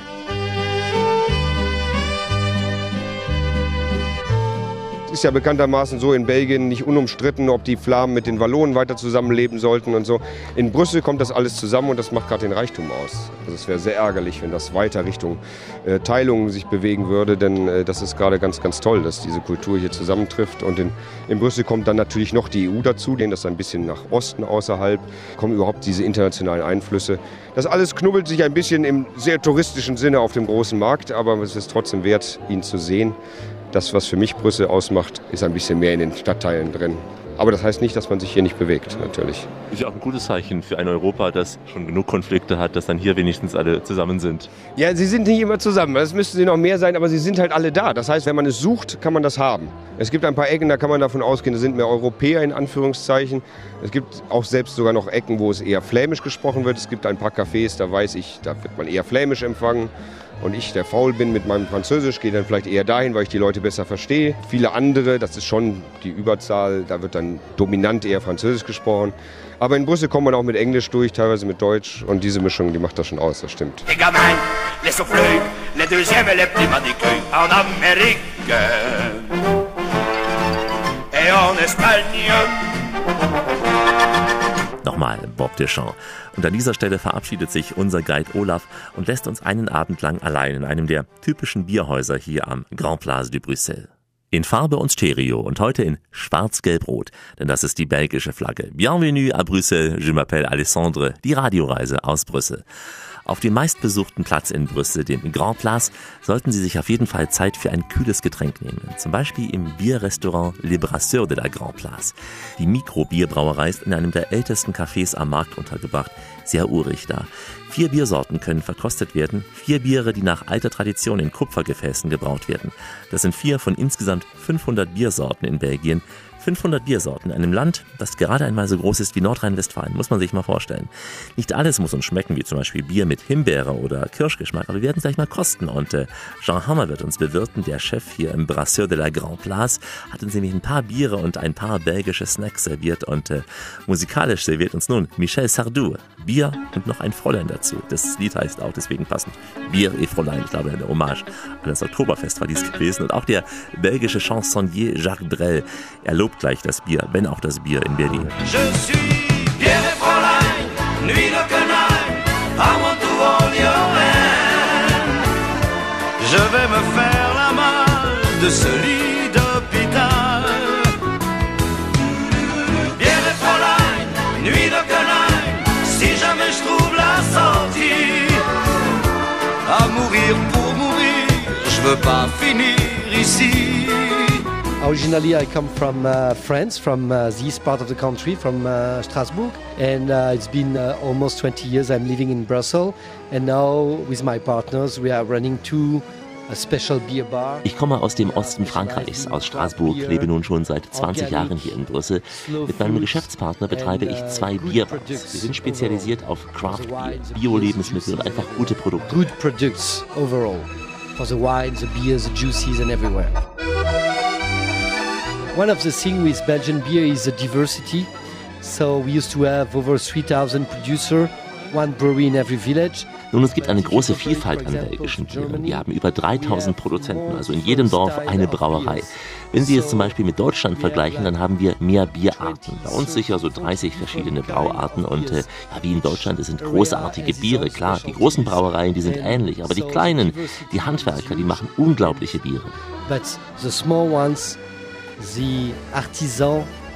S5: Es ist ja bekanntermaßen so in Belgien nicht unumstritten, ob die Flamen mit den Wallonen weiter zusammenleben sollten und so. In Brüssel kommt das alles zusammen und das macht gerade den Reichtum aus. Also es wäre sehr ärgerlich, wenn das weiter Richtung Teilungen sich bewegen würde, denn das ist gerade ganz, ganz toll, dass diese Kultur hier zusammentrifft. Und in Brüssel kommt dann natürlich noch die EU dazu, denen das ein bisschen nach Osten außerhalb, kommen überhaupt diese internationalen Einflüsse. Das alles knubbelt sich ein bisschen im sehr touristischen Sinne auf dem großen Markt, aber es ist trotzdem wert, ihn zu sehen. Das, was für mich Brüssel ausmacht, ist ein bisschen mehr in den Stadtteilen drin. Aber das heißt nicht, dass man sich hier nicht bewegt, natürlich.
S2: Ist ja auch ein gutes Zeichen für ein Europa, das schon genug Konflikte hat, dass dann hier wenigstens alle zusammen sind.
S5: Ja, sie sind nicht immer zusammen. Es müssten sie noch mehr sein, aber sie sind halt alle da. Das heißt, wenn man es sucht, kann man das haben. Es gibt ein paar Ecken, da kann man davon ausgehen, da sind mehr Europäer in Anführungszeichen. Es gibt auch selbst sogar noch Ecken, wo es eher flämisch gesprochen wird. Es gibt ein paar Cafés, da weiß ich, da wird man eher flämisch empfangen. Und ich, der faul bin mit meinem Französisch, gehe dann vielleicht eher dahin, weil ich die Leute besser verstehe. Viele andere, das ist schon die Überzahl, da wird dann dominant eher Französisch gesprochen. Aber in Brüssel kommt man auch mit Englisch durch, teilweise mit Deutsch. Und diese Mischung, die macht das schon aus, das stimmt.
S8: Les gamins, les souffleux, les deuxièmes et les petits manicures en Amérique et en Espagne.
S2: Nochmal Bob Deschamps. Und an dieser Stelle verabschiedet sich unser Guide Olaf und lässt uns einen Abend lang allein in einem der typischen Bierhäuser hier am Grand Place de Bruxelles. In Farbe und Stereo und heute in Schwarz-Gelb-Rot, denn das ist die belgische Flagge. Bienvenue à Bruxelles, je m'appelle Alessandre, die Radioreise aus Brüssel. Auf dem meistbesuchten Platz in Brüssel, dem Grand Place, sollten Sie sich auf jeden Fall Zeit für ein kühles Getränk nehmen. Zum Beispiel im Bierrestaurant Les Brasseurs de la Grand Place. Die Mikrobierbrauerei ist in einem der ältesten Cafés am Markt untergebracht. Sehr urig da. 4 Biersorten können verkostet werden. 4 Biere, die nach alter Tradition in Kupfergefäßen gebraut werden. Das sind 4 von insgesamt 500 Biersorten in Belgien. 500 Biersorten in einem Land, das gerade einmal so groß ist wie Nordrhein-Westfalen, muss man sich mal vorstellen. Nicht alles muss uns schmecken, wie zum Beispiel Bier mit Himbeere oder Kirschgeschmack, aber wir werden es gleich mal kosten. Und Jean Hammer wird uns bewirten, der Chef hier im Brasseur de la Grand Place, hat uns nämlich ein paar Biere und ein paar belgische Snacks serviert und musikalisch serviert uns nun Michel Sardou. Bier und noch ein Fräulein dazu. Das Lied heißt auch deswegen passend Bier et Fräulein, ich glaube eine Hommage an das Oktoberfest war dies gewesen. Und auch der belgische Chansonnier Jacques Brel, er lobt gleich das Bier, wenn auch das Bier in Berlin.
S8: Je suis Bier et Fräulein, nuit de canaille, à mon tour on y Je vais me faire la malle de ce lit d'hôpital. Bier et Fräulein, nuit de canaille, si jamais je trouve la sortie. À mourir pour mourir, je veux pas finir ici.
S15: Originally, I come from France, from the east part of the country, from Strasbourg. And it's been almost 20 years I'm living in Brussels. And now, with my partners, we are running 2 special beer bar.
S2: Ich komme aus dem Osten Frankreichs, aus Straßburg, lebe nun schon seit 20 Jahren hier in Brüssel. Mit meinem Geschäftspartner betreibe ich 2 Bierbars. Wir sind spezialisiert auf Craft Beer, Bio-Lebensmittel und einfach gute Produkte.
S15: Good products overall. For the wines, the beers, the juices and everywhere. One of the things with Belgian beer is the diversity. So we used to have over 3,000 producers, 1 brewery in every village.
S2: Nun, es gibt eine große Vielfalt an belgischen Bieren. Wir haben über 3000 Produzenten, also in jedem Dorf eine Brauerei. Wenn Sie es zum Beispiel mit Deutschland vergleichen, dann haben wir mehr Bierarten. Bei uns sicher so 30 verschiedene Brauarten und ja, wie in Deutschland, es sind großartige Biere. Klar, die großen Brauereien, die sind ähnlich, aber die kleinen, die Handwerker, die machen unglaubliche Biere.
S15: But the small ones, the artisans,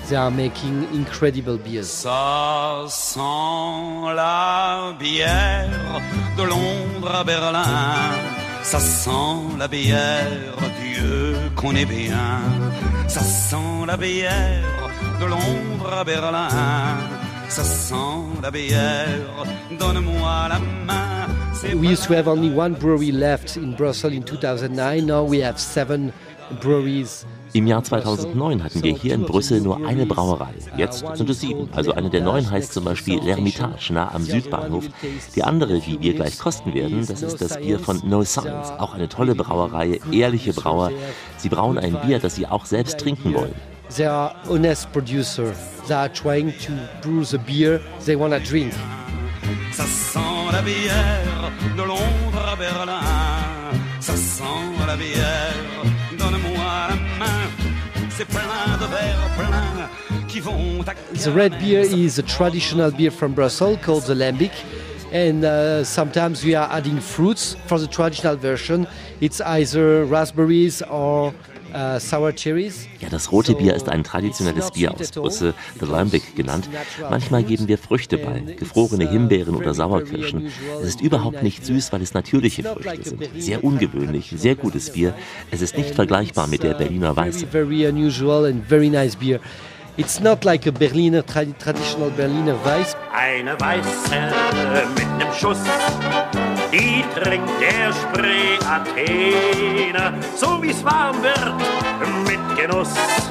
S15: They are making incredible beers.
S8: Ça sent la bière de Londres à Berlin. Ça sent la bière, Dieu qu'on est bien. Ça sent la bière de Londres à Berlin. Ça sent la bière, donne-moi la main.
S15: We used to have only one brewery left in Brussels in 2009. Now we have 7 breweries.
S2: Im Jahr 2009 hatten wir hier in Brüssel nur eine Brauerei. Jetzt sind es 7. Also eine der neuen heißt zum Beispiel L'Ermitage, nah am Südbahnhof. Die andere, die wir gleich kosten werden, das ist das Bier von No Science. Auch eine tolle Brauerei, ehrliche Brauer. Sie brauen ein Bier, das sie auch selbst trinken wollen.
S15: They are honest producers. They are trying to brew the beer they want to drink.
S8: Ça sent la bière de Londres à Berlin. Ça sent la bière, donne-moi la main. C'est plein de verres pleins qui vont.
S15: The red beer is a traditional beer from Brussels called the Lambic. And sometimes we are adding fruits for the traditional version. It's either raspberries or sour cherries.
S2: Ja, das rote Bier ist ein traditionelles Bier aus Brüssel, The Lambic genannt. Manchmal geben wir Früchte bei, gefrorene Himbeeren oder Sauerkirschen. Es ist überhaupt nicht süß, weil es natürliche Früchte sind. Sehr ungewöhnlich, sehr gutes Bier. Es ist nicht vergleichbar mit der Berliner Weiße.
S15: Very unusual and very nice beer. It's not like a Berliner traditional Berliner Weiss.
S14: Eine Weiße mit nem Schuss, die trinkt der Spree Athene, so wie's warm wird mit Genuss.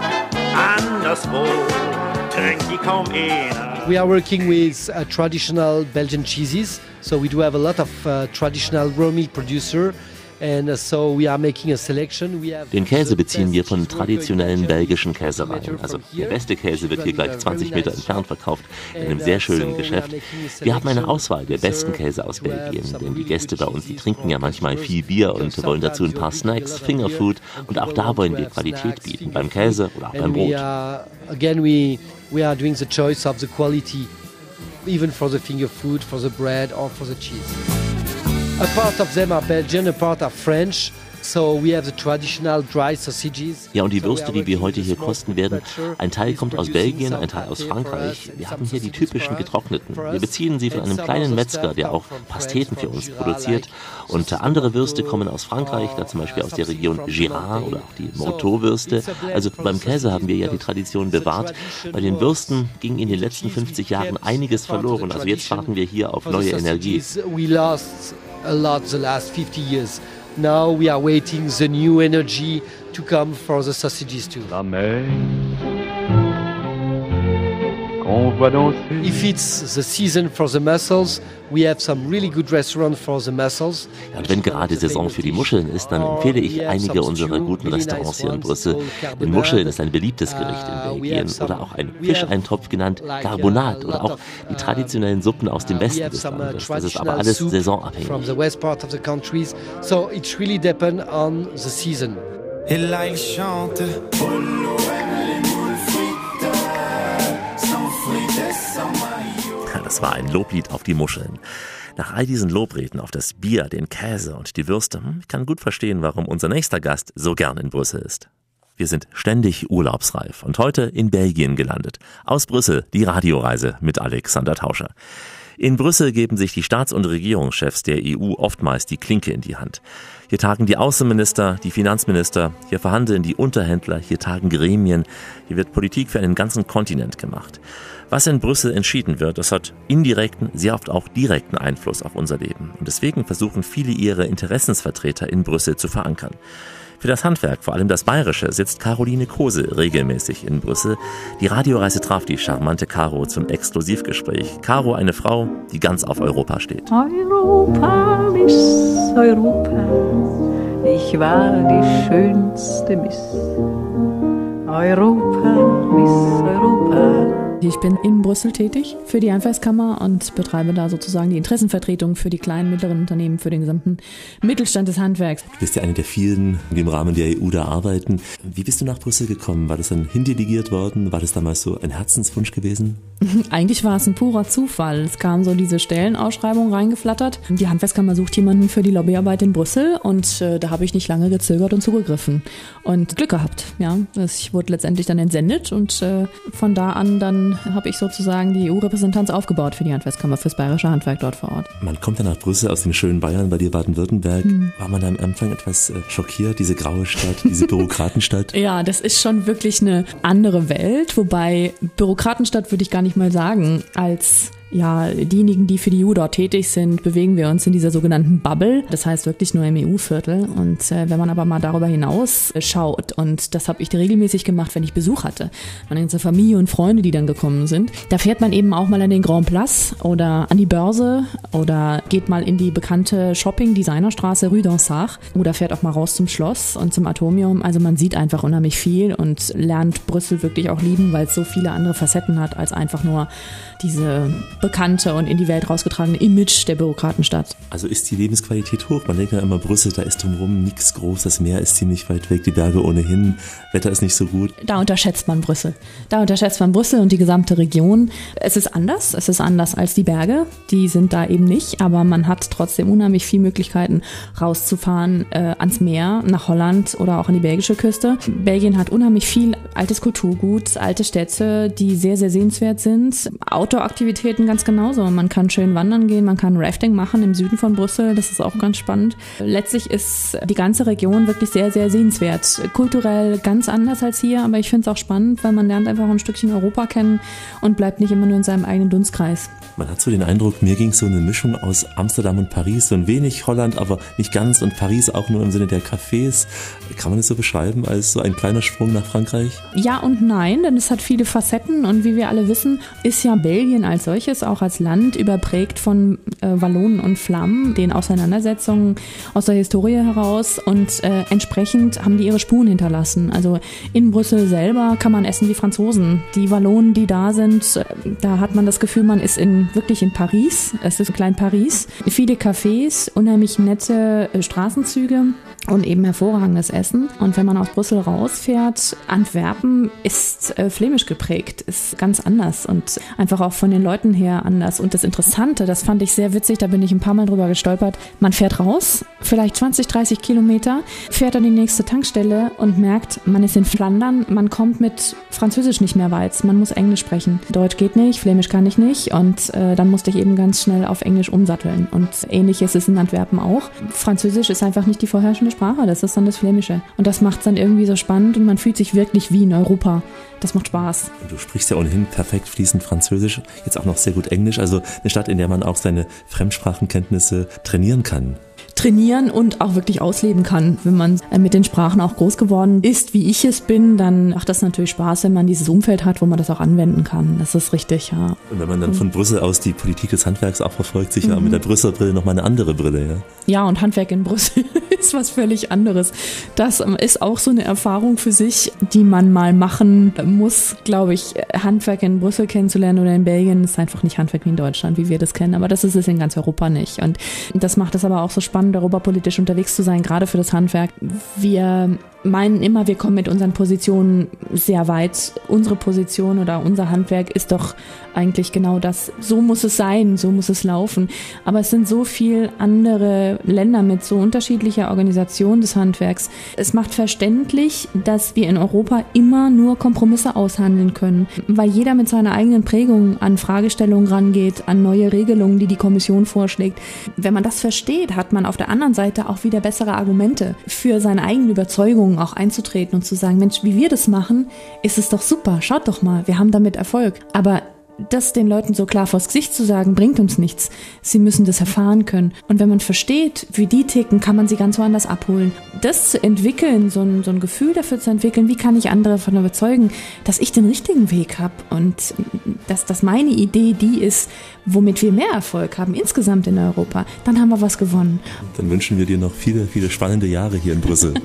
S14: Anderswo trinkt die kaum eine.
S15: We are working with traditional Belgian cheeses, so we do have a lot of traditional raw milk producer. And so we are making a selection.
S2: Den Käse beziehen wir von traditionellen belgischen Käsereien. Also der beste Käse wird hier gleich 20 Meter entfernt verkauft, in einem sehr schönen Geschäft. Wir haben eine Auswahl der besten Käse aus Belgien, denn die Gäste bei uns, die trinken ja manchmal viel Bier und wollen dazu ein paar Snacks, Fingerfood, und auch da wollen wir Qualität bieten, beim Käse oder auch beim Brot.
S15: We are doing the choice of the quality, even for the finger food, for the bread or for the cheese. A part of them are Belgian, a part are French. So we have the traditional dry sausages.
S2: Ja, und die Würste, die wir heute hier kosten werden, ein Teil kommt aus Belgien, ein Teil aus Frankreich. Wir haben hier die typischen getrockneten. Wir beziehen sie von einem kleinen Metzger, der auch Pasteten für uns produziert. Und andere Würste kommen aus Frankreich, da zum Beispiel aus der Region Girard oder auch die Monteau-Würste. Also beim Käse haben wir ja die Tradition bewahrt. Bei den Würsten ging in den letzten 50 Jahren einiges verloren. Also jetzt warten wir hier auf neue Energie.
S15: We lost a lot the last 50 years. Now we are waiting the new energy to come for the sausages too.
S16: La mer qu'on voit danser.
S15: If it's the season for the mussels, we have some really good restaurants for the mussels.
S2: Und wenn gerade Saison für die Muscheln ist, dann empfehle ich einige unserer guten Restaurants hier in Brüssel. Denn Muscheln ist ein beliebtes Gericht in Belgien oder auch ein Fischeintopf genannt Carbonat oder auch die traditionellen Suppen aus dem Westen des Landes. Das ist aber alles saisonabhängig.
S15: From the west part of the countries, so it really depends on the season.
S17: Et là il chante pour Noël les moules frites, sans frites, sans maillot.
S2: Das war ein Loblied auf die Muscheln. Nach all diesen Lobreden auf das Bier, den Käse und die Würste, ich kann gut verstehen, warum unser nächster Gast so gern in Brüssel ist. Wir sind ständig urlaubsreif und heute in Belgien gelandet. Aus Brüssel die Radioreise mit Alexander Tauscher. In Brüssel geben sich die Staats- und Regierungschefs der EU oftmals die Klinke in die Hand. Hier tagen die Außenminister, die Finanzminister, hier verhandeln die Unterhändler, hier tagen Gremien, hier wird Politik für einen ganzen Kontinent gemacht. Was in Brüssel entschieden wird, das hat indirekten, sehr oft auch direkten Einfluss auf unser Leben. Und deswegen versuchen viele ihre Interessensvertreter in Brüssel zu verankern. Für das Handwerk, vor allem das Bayerische, sitzt Caroline Kose regelmäßig in Brüssel. Die Radioreise traf die charmante Caro zum Exklusivgespräch. Caro, eine Frau, die ganz auf Europa steht.
S18: Europa, Miss Europa, ich war die schönste Miss. Europa, Miss Europa.
S4: Ich bin in Brüssel tätig für die Handwerkskammer und betreibe da sozusagen die Interessenvertretung für die kleinen, mittleren Unternehmen, für den gesamten Mittelstand des Handwerks.
S2: Du bist ja eine der vielen, die im Rahmen der EU da arbeiten. Wie bist du nach Brüssel gekommen? War das dann hindelegiert worden? War das damals so ein Herzenswunsch gewesen?
S4: Eigentlich war es ein purer Zufall. Es kam so diese Stellenausschreibung reingeflattert. Die Handwerkskammer sucht jemanden für die Lobbyarbeit in Brüssel und da habe ich nicht lange gezögert und zugegriffen. Und Glück gehabt, ja. Ich wurde letztendlich dann entsendet und von da an dann habe ich sozusagen die EU-Repräsentanz aufgebaut für die Handwerkskammer, fürs bayerische Handwerk dort vor Ort.
S2: Man kommt dann nach Brüssel aus dem schönen Bayern, bei dir Baden-Württemberg. War man da am Anfang etwas schockiert, diese graue Stadt, diese Bürokratenstadt?
S4: Ja, das ist schon wirklich eine andere Welt, wobei Bürokratenstadt würde ich gar nicht mal sagen, als diejenigen, die für die EU dort tätig sind, bewegen wir uns in dieser sogenannten Bubble. Das heißt wirklich nur im EU-Viertel. Und wenn man aber mal darüber hinaus schaut, und das habe ich regelmäßig gemacht, wenn ich Besuch hatte, meine ganze Familie und Freunde, die dann gekommen sind, da fährt man eben auch mal an den Grand Place oder an die Börse oder geht mal in die bekannte Shopping-Designerstraße Rue d'Ansart oder fährt auch mal raus zum Schloss und zum Atomium. Also man sieht einfach unheimlich viel und lernt Brüssel wirklich auch lieben, weil es so viele andere Facetten hat als einfach nur diese bekannte und in die Welt rausgetragene Image der Bürokratenstadt.
S2: Also ist die Lebensqualität hoch? Man denkt ja immer, Brüssel, da ist drumherum nichts groß, das Meer ist ziemlich weit weg, die Berge ohnehin, Wetter ist nicht so gut.
S4: Da unterschätzt man Brüssel. Da unterschätzt man Brüssel und die gesamte Region. Es ist anders als die Berge, die sind da eben nicht, aber man hat trotzdem unheimlich viele Möglichkeiten rauszufahren ans Meer, nach Holland oder auch an die belgische Küste. Belgien hat unheimlich viel altes Kulturgut, alte Städte, die sehr, sehr sehenswert sind. Outdoor-Aktivitäten ganz genauso. Man kann schön wandern gehen, man kann Rafting machen im Süden von Brüssel, das ist auch ganz spannend. Letztlich ist die ganze Region wirklich sehr, sehr sehenswert. Kulturell ganz anders als hier, aber ich finde es auch spannend, weil man lernt einfach ein Stückchen Europa kennen und bleibt nicht immer nur in seinem eigenen Dunstkreis.
S2: Man hat so den Eindruck, mir ging so eine Mischung aus Amsterdam und Paris, so ein wenig Holland, aber nicht ganz, und Paris auch nur im Sinne der Cafés. Kann man das so beschreiben als so ein kleiner Sprung nach Frankreich?
S4: Ja und nein, denn es hat viele Facetten und wie wir alle wissen, ist ja Belgien als solches auch als Land überprägt von Wallonen und Flammen, den Auseinandersetzungen aus der Historie heraus, und entsprechend haben die ihre Spuren hinterlassen. Also in Brüssel selber kann man essen wie Franzosen. Die Wallonen, die da sind, da hat man das Gefühl, man ist wirklich in Paris. Es ist klein Paris. Viele Cafés, unheimlich nette Straßenzüge und eben hervorragendes Essen. Und wenn man aus Brüssel rausfährt, Antwerpen ist flämisch geprägt, ist ganz anders und einfach auch von den Leuten her anders. Und das Interessante, das fand ich sehr witzig, da bin ich ein paar Mal drüber gestolpert, man fährt raus, vielleicht 20, 30 Kilometer, fährt an die nächste Tankstelle und merkt, man ist in Flandern, man kommt mit Französisch nicht mehr weit, man muss Englisch sprechen. Deutsch geht nicht, Flämisch kann ich nicht, und dann musste ich eben ganz schnell auf Englisch umsatteln. Und ähnliches ist in Antwerpen auch. Französisch ist einfach nicht die vorherrschende Sprache, das ist dann das Flämische. Und das macht es dann irgendwie so spannend und man fühlt sich wirklich wie in Europa. Das macht Spaß.
S2: Du sprichst ja ohnehin perfekt fließend Französisch, jetzt auch noch sehr gut Englisch, also eine Stadt, in der man auch seine Fremdsprachenkenntnisse trainieren kann.
S4: Trainieren und auch wirklich ausleben kann. Wenn man mit den Sprachen auch groß geworden ist, wie ich es bin, dann macht das natürlich Spaß, wenn man dieses Umfeld hat, wo man das auch anwenden kann. Das ist richtig, ja.
S2: Und wenn man dann von Brüssel aus die Politik des Handwerks auch verfolgt, sicher mit der Brüsseler Brille nochmal eine andere Brille, ja?
S4: Ja, und Handwerk in Brüssel ist was völlig anderes. Das ist auch so eine Erfahrung für sich, die man mal machen muss, glaube ich. Handwerk in Brüssel kennenzulernen oder in Belgien ist einfach nicht Handwerk wie in Deutschland, wie wir das kennen. Aber das ist es in ganz Europa nicht. Und das macht es aber auch so spannend, europapolitisch unterwegs zu sein, gerade für das Handwerk. Wir meinen immer, wir kommen mit unseren Positionen sehr weit. Unsere Position oder unser Handwerk ist doch eigentlich genau das. So muss es sein, so muss es laufen. Aber es sind so viele andere Länder mit so unterschiedlicher Organisation des Handwerks. Es macht verständlich, dass wir in Europa immer nur Kompromisse aushandeln können, weil jeder mit seiner eigenen Prägung an Fragestellungen rangeht, an neue Regelungen, die die Kommission vorschlägt. Wenn man das versteht, hat man auf der anderen Seite auch wieder bessere Argumente für seine eigenen Überzeugungen auch einzutreten und zu sagen, Mensch, wie wir das machen, ist es doch super, schaut doch mal, wir haben damit Erfolg. Aber das den Leuten so klar vors Gesicht zu sagen, bringt uns nichts. Sie müssen das erfahren können. Und wenn man versteht, wie die ticken, kann man sie ganz woanders abholen. Das zu entwickeln, so ein Gefühl dafür zu entwickeln, wie kann ich andere davon überzeugen, dass ich den richtigen Weg habe und dass meine Idee die ist, womit wir mehr Erfolg haben, insgesamt in Europa, dann haben wir was gewonnen.
S2: Dann wünschen wir dir noch viele, viele spannende Jahre hier in Brüssel.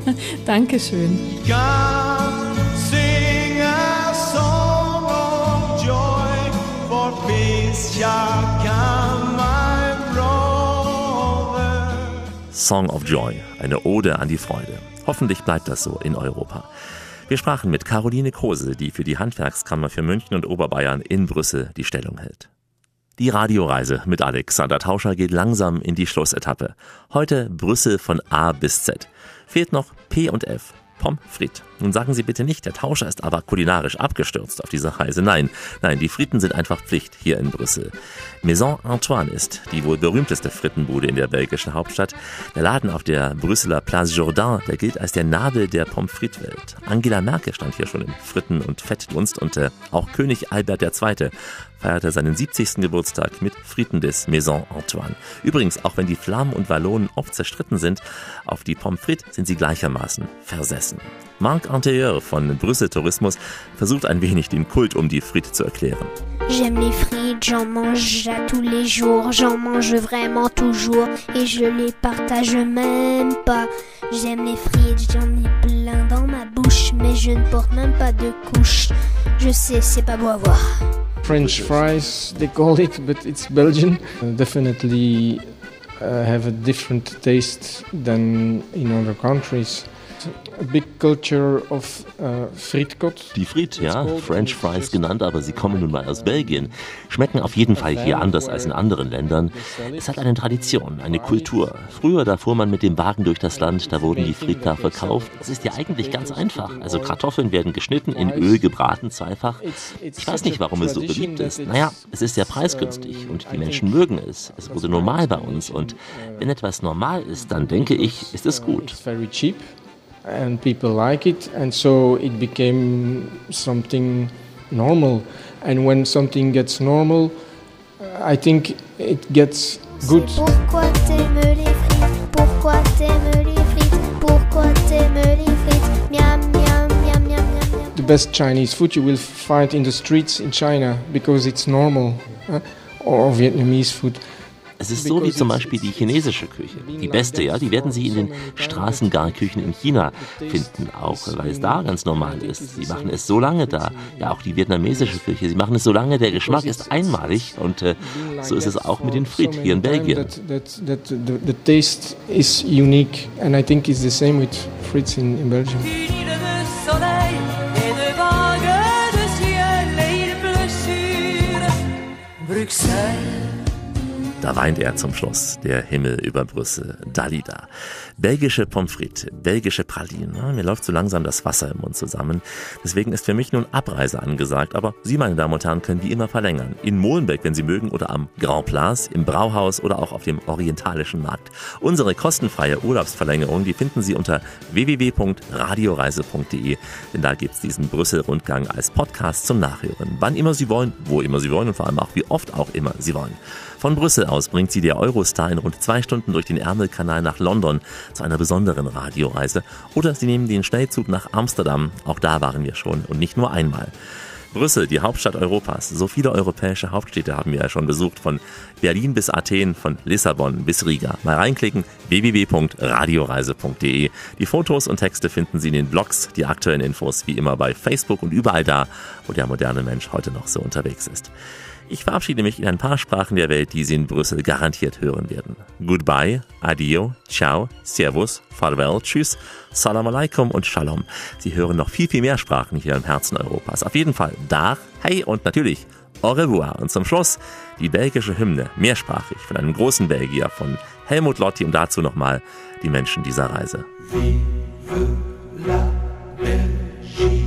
S4: Dankeschön.
S17: God, sing a song of joy.
S2: Song of Joy, eine Ode an die Freude. Hoffentlich bleibt das so in Europa. Wir sprachen mit Caroline Krose, die für die Handwerkskammer für München und Oberbayern in Brüssel die Stellung hält. Die Radioreise mit Alexander Tauscher geht langsam in die Schlussetappe. Heute Brüssel von A bis Z. Fehlt noch P und F. Pommes frites. Nun sagen Sie bitte nicht, der Tauscher ist aber kulinarisch abgestürzt auf dieser Reise. Nein, die Fritten sind einfach Pflicht hier in Brüssel. Maison Antoine ist die wohl berühmteste Frittenbude in der belgischen Hauptstadt. Der Laden auf der Brüsseler Place Jourdain, der gilt als der Nabel der Pommes frites Welt. Angela Merkel stand hier schon im Fritten- und Fettdunst und auch König Albert II. Feierte seinen 70. Geburtstag mit Fritten des Maison Antoine. Übrigens, auch wenn die Flamen und Wallonen oft zerstritten sind, auf die Pommes frites sind sie gleichermaßen versessen. Marc Anterieur von Brüssel Tourismus versucht ein wenig den Kult um die Frites zu erklären.
S19: J'aime les frites, j'en mange à tous les jours, j'en mange vraiment toujours et je les partage même pas. J'aime les frites, j'en ai plein dans ma bouche, mais je ne porte même pas de couche. Je sais, c'est pas beau à voir.
S3: French fries, they call it, but it's Belgian. Definitely have a different taste than in other countries. A big culture of fritkot.
S2: Die Frites, ja, French Fries genannt, aber sie kommen nun mal aus Belgien. Schmecken auf jeden Fall hier anders als in anderen Ländern. Es hat eine Tradition, eine Kultur. Früher, da fuhr man mit dem Wagen durch das Land, da wurden die Frites da verkauft. Es ist ja eigentlich ganz einfach. Also Kartoffeln werden geschnitten, in Öl gebraten, zweifach. Ich weiß nicht, warum es so beliebt ist. Naja, es ist sehr preisgünstig und die Menschen mögen es. Es wurde normal bei uns und wenn etwas normal ist, dann denke ich, ist es gut.
S3: And people like it, and so it became something normal. And when something gets normal, I think it gets good.
S19: Pourquoi t'aimes les frites? Pourquoi t'aimes les frites? Pourquoi t'aimes les frites? Miam, miam, miam, miam, miam.
S3: The best Chinese food you will find in the streets in China because it's normal, or Vietnamese food.
S2: Es ist so wie zum Beispiel die chinesische Küche. Die beste, ja, die werden Sie in den Straßengarküchen in China finden, auch weil es da ganz normal ist. Sie machen es so lange da, ja auch die vietnamesische Küche, sie machen es so lange, der Geschmack ist einmalig und so ist es auch mit den Frites hier in Belgien.
S3: The taste is unique and I think it's the same with Frites in Belgium.
S2: Da weint er zum Schluss, der Himmel über Brüssel, Dalida. Belgische Pommes frites, belgische Pralinen. Mir läuft so langsam das Wasser im Mund zusammen. Deswegen ist für mich nun Abreise angesagt. Aber Sie, meine Damen und Herren, können wie immer verlängern. In Molenbeek, wenn Sie mögen, oder am Grand Place, im Brauhaus oder auch auf dem Orientalischen Markt. Unsere kostenfreie Urlaubsverlängerung, die finden Sie unter www.radioreise.de. Denn da gibt's diesen Brüssel-Rundgang als Podcast zum Nachhören. Wann immer Sie wollen, wo immer Sie wollen und vor allem auch wie oft auch immer Sie wollen. Von Brüssel aus bringt Sie der Eurostar in rund 2 Stunden durch den Ärmelkanal nach London zu einer besonderen Radioreise. Oder Sie nehmen den Schnellzug nach Amsterdam, auch da waren wir schon und nicht nur einmal. Brüssel, die Hauptstadt Europas. So viele europäische Hauptstädte haben wir ja schon besucht, von Berlin bis Athen, von Lissabon bis Riga. Mal reinklicken, www.radioreise.de. Die Fotos und Texte finden Sie in den Blogs, die aktuellen Infos wie immer bei Facebook und überall da, wo der moderne Mensch heute noch so unterwegs ist. Ich verabschiede mich in ein paar Sprachen der Welt, die Sie in Brüssel garantiert hören werden. Goodbye, adio, ciao, servus, farewell, tschüss, salam alaikum und shalom. Sie hören noch viel, viel mehr Sprachen hier im Herzen Europas. Auf jeden Fall Dag, hey und natürlich au revoir. Und zum Schluss die belgische Hymne, mehrsprachig, von einem großen Belgier, von Helmut Lotti und dazu nochmal die Menschen dieser Reise.
S17: Vive la Belgique.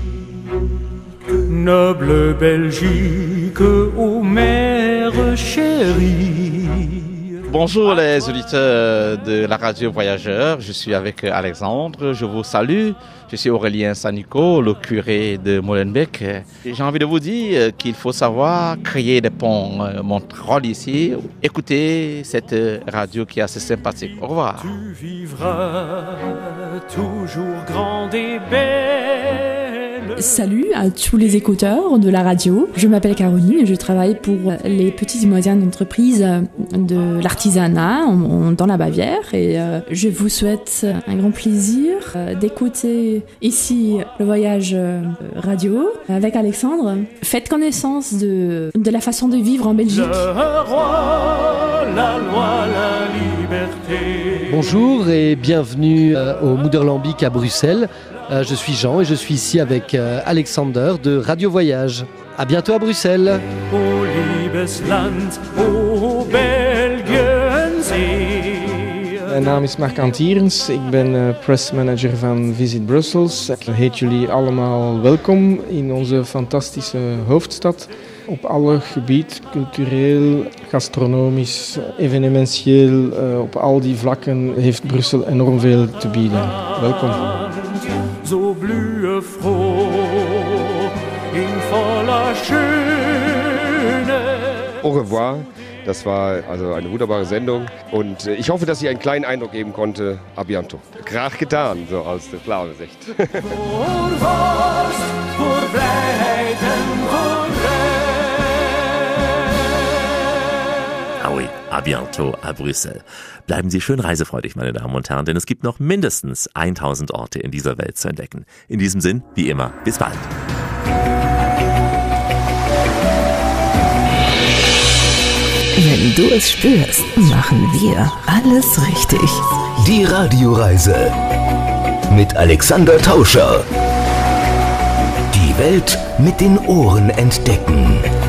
S12: Noble Belgique, ô mère chérie.
S10: Bonjour les auditeurs de la radio Voyageurs, je suis avec Alexandre, je vous salue. Je suis Aurélien Sanico, le curé de Molenbeek. J'ai envie de vous dire qu'il faut savoir créer des ponts. Mon rôle ici, écoutez cette radio qui est assez sympathique. Au revoir.
S12: Tu vivras toujours grande et belle.
S4: Salut à tous les écouteurs de la radio. Je m'appelle Caroline et je travaille pour les petites et moyennes entreprises de l'artisanat dans la Bavière. Et je vous souhaite un grand plaisir d'écouter ici le voyage radio avec Alexandre. Faites connaissance de la façon de vivre en Belgique.
S14: Le roi, la loi, la liberté.
S15: Bonjour et bienvenue au Moederlambiek à Bruxelles. Je suis Jean et je suis ici avec Alexander de Radio Voyage. À bientôt à Bruxelles.
S14: O liebes Land, o Belgiensee.
S3: Mijn naam is Mark Antierens, ik ben pressmanager van Visit Brussels. Ik heet jullie allemaal welkom in onze fantastische hoofdstad. Op alle gebied, cultureel, gastronomisch, evenementieel, op al die vlakken heeft Brussel enorm veel te bieden. Welkom.
S14: So blühe froh in voller Schöne.
S5: Au revoir. Das war also eine wunderbare Sendung und ich hoffe, dass ich einen kleinen Eindruck geben konnte. A bientôt. Graag gedaan, so aus der Flauwe Sicht.
S14: Voor vorst, voor vrijheid en voor recht.
S2: Ah oui, à bientôt à Brüssel. Bleiben Sie schön reisefreudig, meine Damen und Herren, denn es gibt noch mindestens 1000 Orte in dieser Welt zu entdecken. In diesem Sinn, wie immer, bis bald.
S1: Wenn du es spürst, machen wir alles richtig. Die Radioreise mit Alexander Tauscher. Die Welt mit den Ohren entdecken.